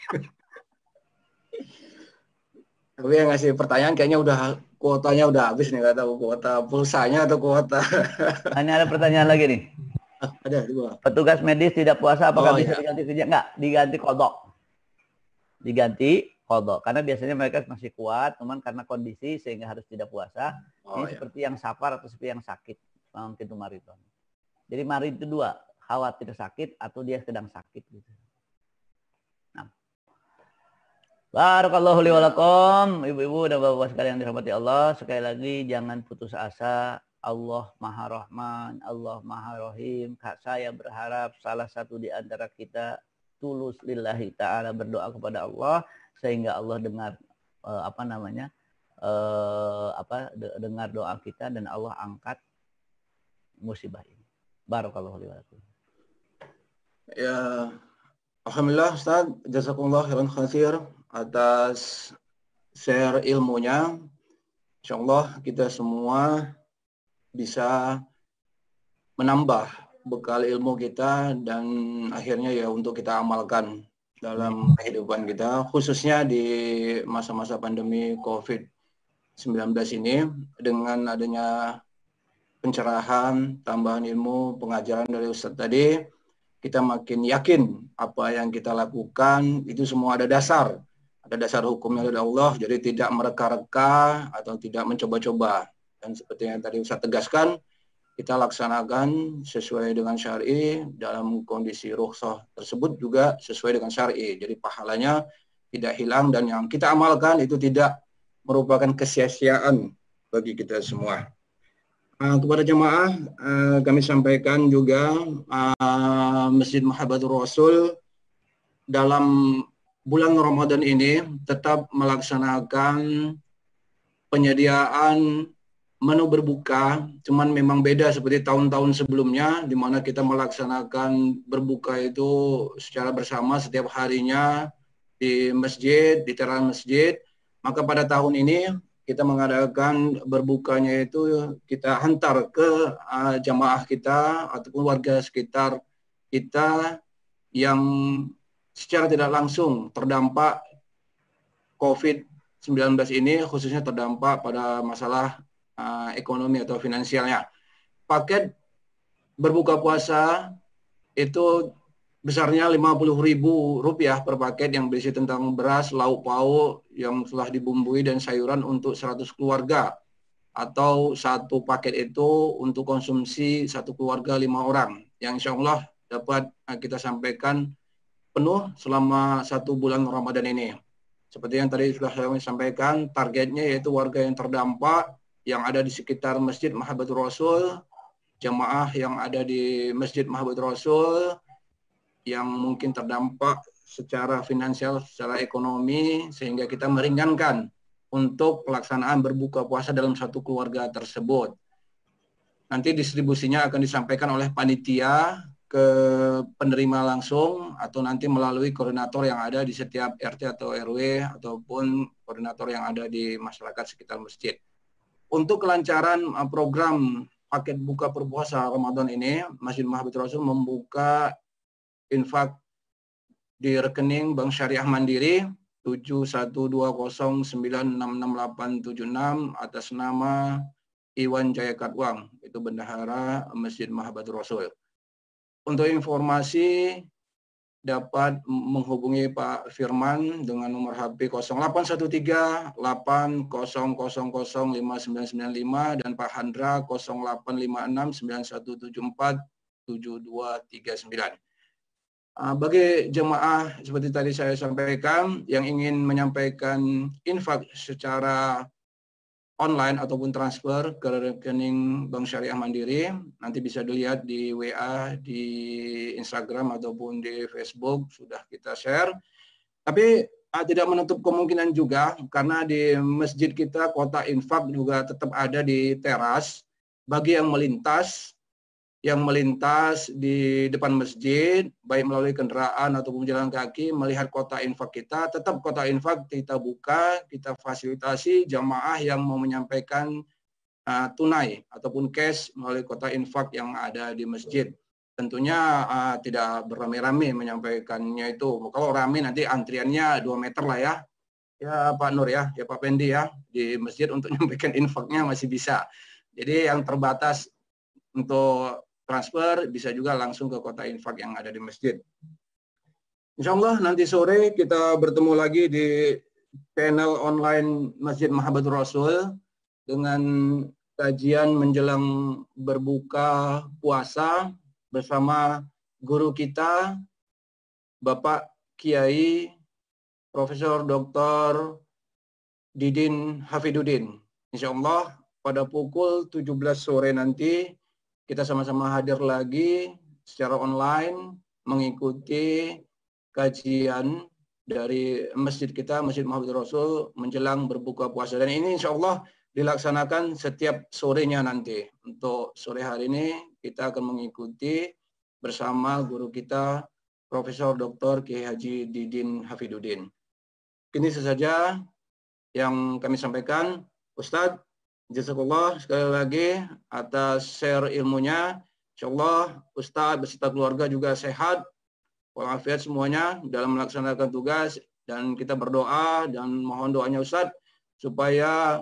Tapi yang ngasih pertanyaan kayaknya udah kuotanya udah habis nih, nggak tahu kuota pulsanya atau kuota. Hanya ada pertanyaan lagi nih. Ada dua. Petugas medis tidak puasa apakah bisa ya. diganti kerja? Enggak, diganti kodok. Diganti kodok. Karena biasanya mereka masih kuat, cuman karena kondisi sehingga harus tidak puasa. Ini seperti yang safar atau seperti yang sakit. Mungkin itu mariton. Jadi marid itu dua, khawatir sakit atau dia sedang sakit gitu. Nah. Barakallahu li wa lakum, ibu-ibu dan bapak-bapak sekalian yang dirahmati Allah. Sekali lagi jangan putus asa. Allah Maha Rahman, Allah Maha Rahim. Saya berharap salah satu di antara kita tulus lillahi ta'ala berdoa kepada Allah sehingga Allah dengar dengar doa kita dan Allah angkat musibah ini. Barakallahu li wa lakum. Ya, alhamdulillah Ustaz, jazakumullah khairan katsir atas share ilmunya. Insyaallah kita semua bisa menambah bekal ilmu kita dan akhirnya ya untuk kita amalkan dalam kehidupan kita, khususnya di masa-masa pandemi COVID-19 ini. Dengan adanya pencerahan, tambahan ilmu, pengajaran dari Ustadz tadi, kita makin yakin apa yang kita lakukan itu semua ada dasar hukumnya dari Allah, jadi tidak mereka-reka atau tidak mencoba-coba. Dan seperti yang tadi Ustadz tegaskan, kita laksanakan sesuai dengan syar'i, dalam kondisi rukhsah tersebut juga sesuai dengan syar'i. Jadi pahalanya tidak hilang dan yang kita amalkan itu tidak merupakan kesia-siaan bagi kita semua. Kepada jemaah kami sampaikan juga Masjid Mahabbatur Rasul dalam bulan Ramadan ini tetap melaksanakan penyediaan menu berbuka, cuman memang beda seperti tahun-tahun sebelumnya di mana kita melaksanakan berbuka itu secara bersama setiap harinya di masjid, di teras masjid. Maka pada tahun ini kita mengadakan berbukanya itu kita hantar ke jamaah kita ataupun warga sekitar kita yang secara tidak langsung terdampak COVID-19 ini, khususnya terdampak pada masalah ekonomi atau finansialnya. Paket berbuka puasa itu besarnya Rp50.000 per paket yang berisi tentang beras, lauk pauk yang telah dibumbui dan sayuran untuk 100 keluarga. Atau satu paket itu untuk konsumsi satu keluarga 5 orang. Yang insya Allah dapat kita sampaikan penuh selama 1 bulan Ramadan ini. Seperti yang tadi sudah saya sampaikan, targetnya yaitu warga yang terdampak yang ada di sekitar Masjid Mahabbatur Rasul, jamaah yang ada di Masjid Mahabbatur Rasul, yang mungkin terdampak secara finansial, secara ekonomi, sehingga kita meringankan untuk pelaksanaan berbuka puasa dalam satu keluarga tersebut. Nanti distribusinya akan disampaikan oleh panitia ke penerima langsung atau nanti melalui koordinator yang ada di setiap RT atau RW ataupun koordinator yang ada di masyarakat sekitar masjid. Untuk kelancaran program paket buka berpuasa Ramadan ini, Masjid Mahabbatur Rasul membuka infak di rekening Bank Syariah Mandiri 7120966876 atas nama Iwan Jaya Katwang, itu bendahara Masjid Mahabbatur Rasul. Untuk informasi dapat menghubungi Pak Firman dengan nomor HP 0813-80005995 dan Pak Handra 085691747239. Bagi jemaah seperti tadi saya sampaikan yang ingin menyampaikan infak secara online ataupun transfer ke rekening Bank Syariah Mandiri. Nanti bisa dilihat di WA, di Instagram ataupun di Facebook sudah kita share. Tapi tidak menutup kemungkinan juga karena di masjid kita kotak infak juga tetap ada di teras bagi yang melintas di depan masjid, baik melalui kendaraan ataupun jalan kaki, melihat kotak infak kita, tetap kotak infak kita buka, kita fasilitasi jamaah yang mau menyampaikan tunai ataupun cash melalui kotak infak yang ada di masjid. Tentunya tidak beramai-ramai menyampaikannya itu. Kalau ramai nanti antriannya 2 meter lah ya. Ya Pak Nur ya Pak Pendi ya, di masjid untuk menyampaikan infaknya masih bisa. Jadi yang terbatas untuk transfer bisa juga langsung ke kotak infak yang ada di masjid. Insya Allah nanti sore kita bertemu lagi di channel online Masjid Mahabbatur Rasul dengan kajian menjelang berbuka puasa bersama guru kita Bapak Kiai Profesor Dr. Didin Hafidudin. Insya Allah pada pukul 17 sore nanti kita sama-sama hadir lagi secara online mengikuti kajian dari masjid kita, Masjid Mahabbatur Rasul menjelang berbuka puasa. Dan ini insya Allah dilaksanakan setiap sorenya nanti. Untuk sore hari ini kita akan mengikuti bersama guru kita Profesor Dr. Kiai Haji Didin Hafidudin. Ini saja yang kami sampaikan. Ustadz, jazakallah sekali lagi atas share ilmunya. Insyaallah Ustadz beserta keluarga juga sehat walafiat semuanya dalam melaksanakan tugas, dan kita berdoa dan mohon doanya Ustadz supaya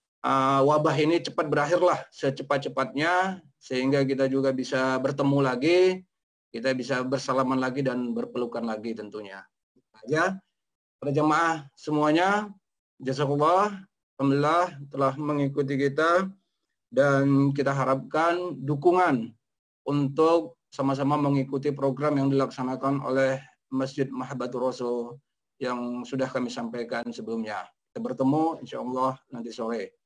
wabah ini cepat berakhirlah secepat-cepatnya sehingga kita juga bisa bertemu lagi, kita bisa bersalaman lagi dan berpelukan lagi tentunya. Ya, para jemaah semuanya, jazakallah. Alhamdulillah telah mengikuti kita dan kita harapkan dukungan untuk sama-sama mengikuti program yang dilaksanakan oleh Masjid Mahabbatur Rasul yang sudah kami sampaikan sebelumnya. Kita bertemu insya Allah nanti sore.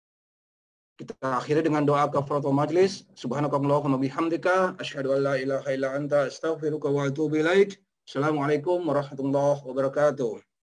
Kita akhiri dengan doa kafaratul majlis. Subhanakallahumma bihamdika asyhadu an la ilaha illa anta astaghfiruka wa atubu ilaik. Assalamualaikum warahmatullahi wabarakatuh.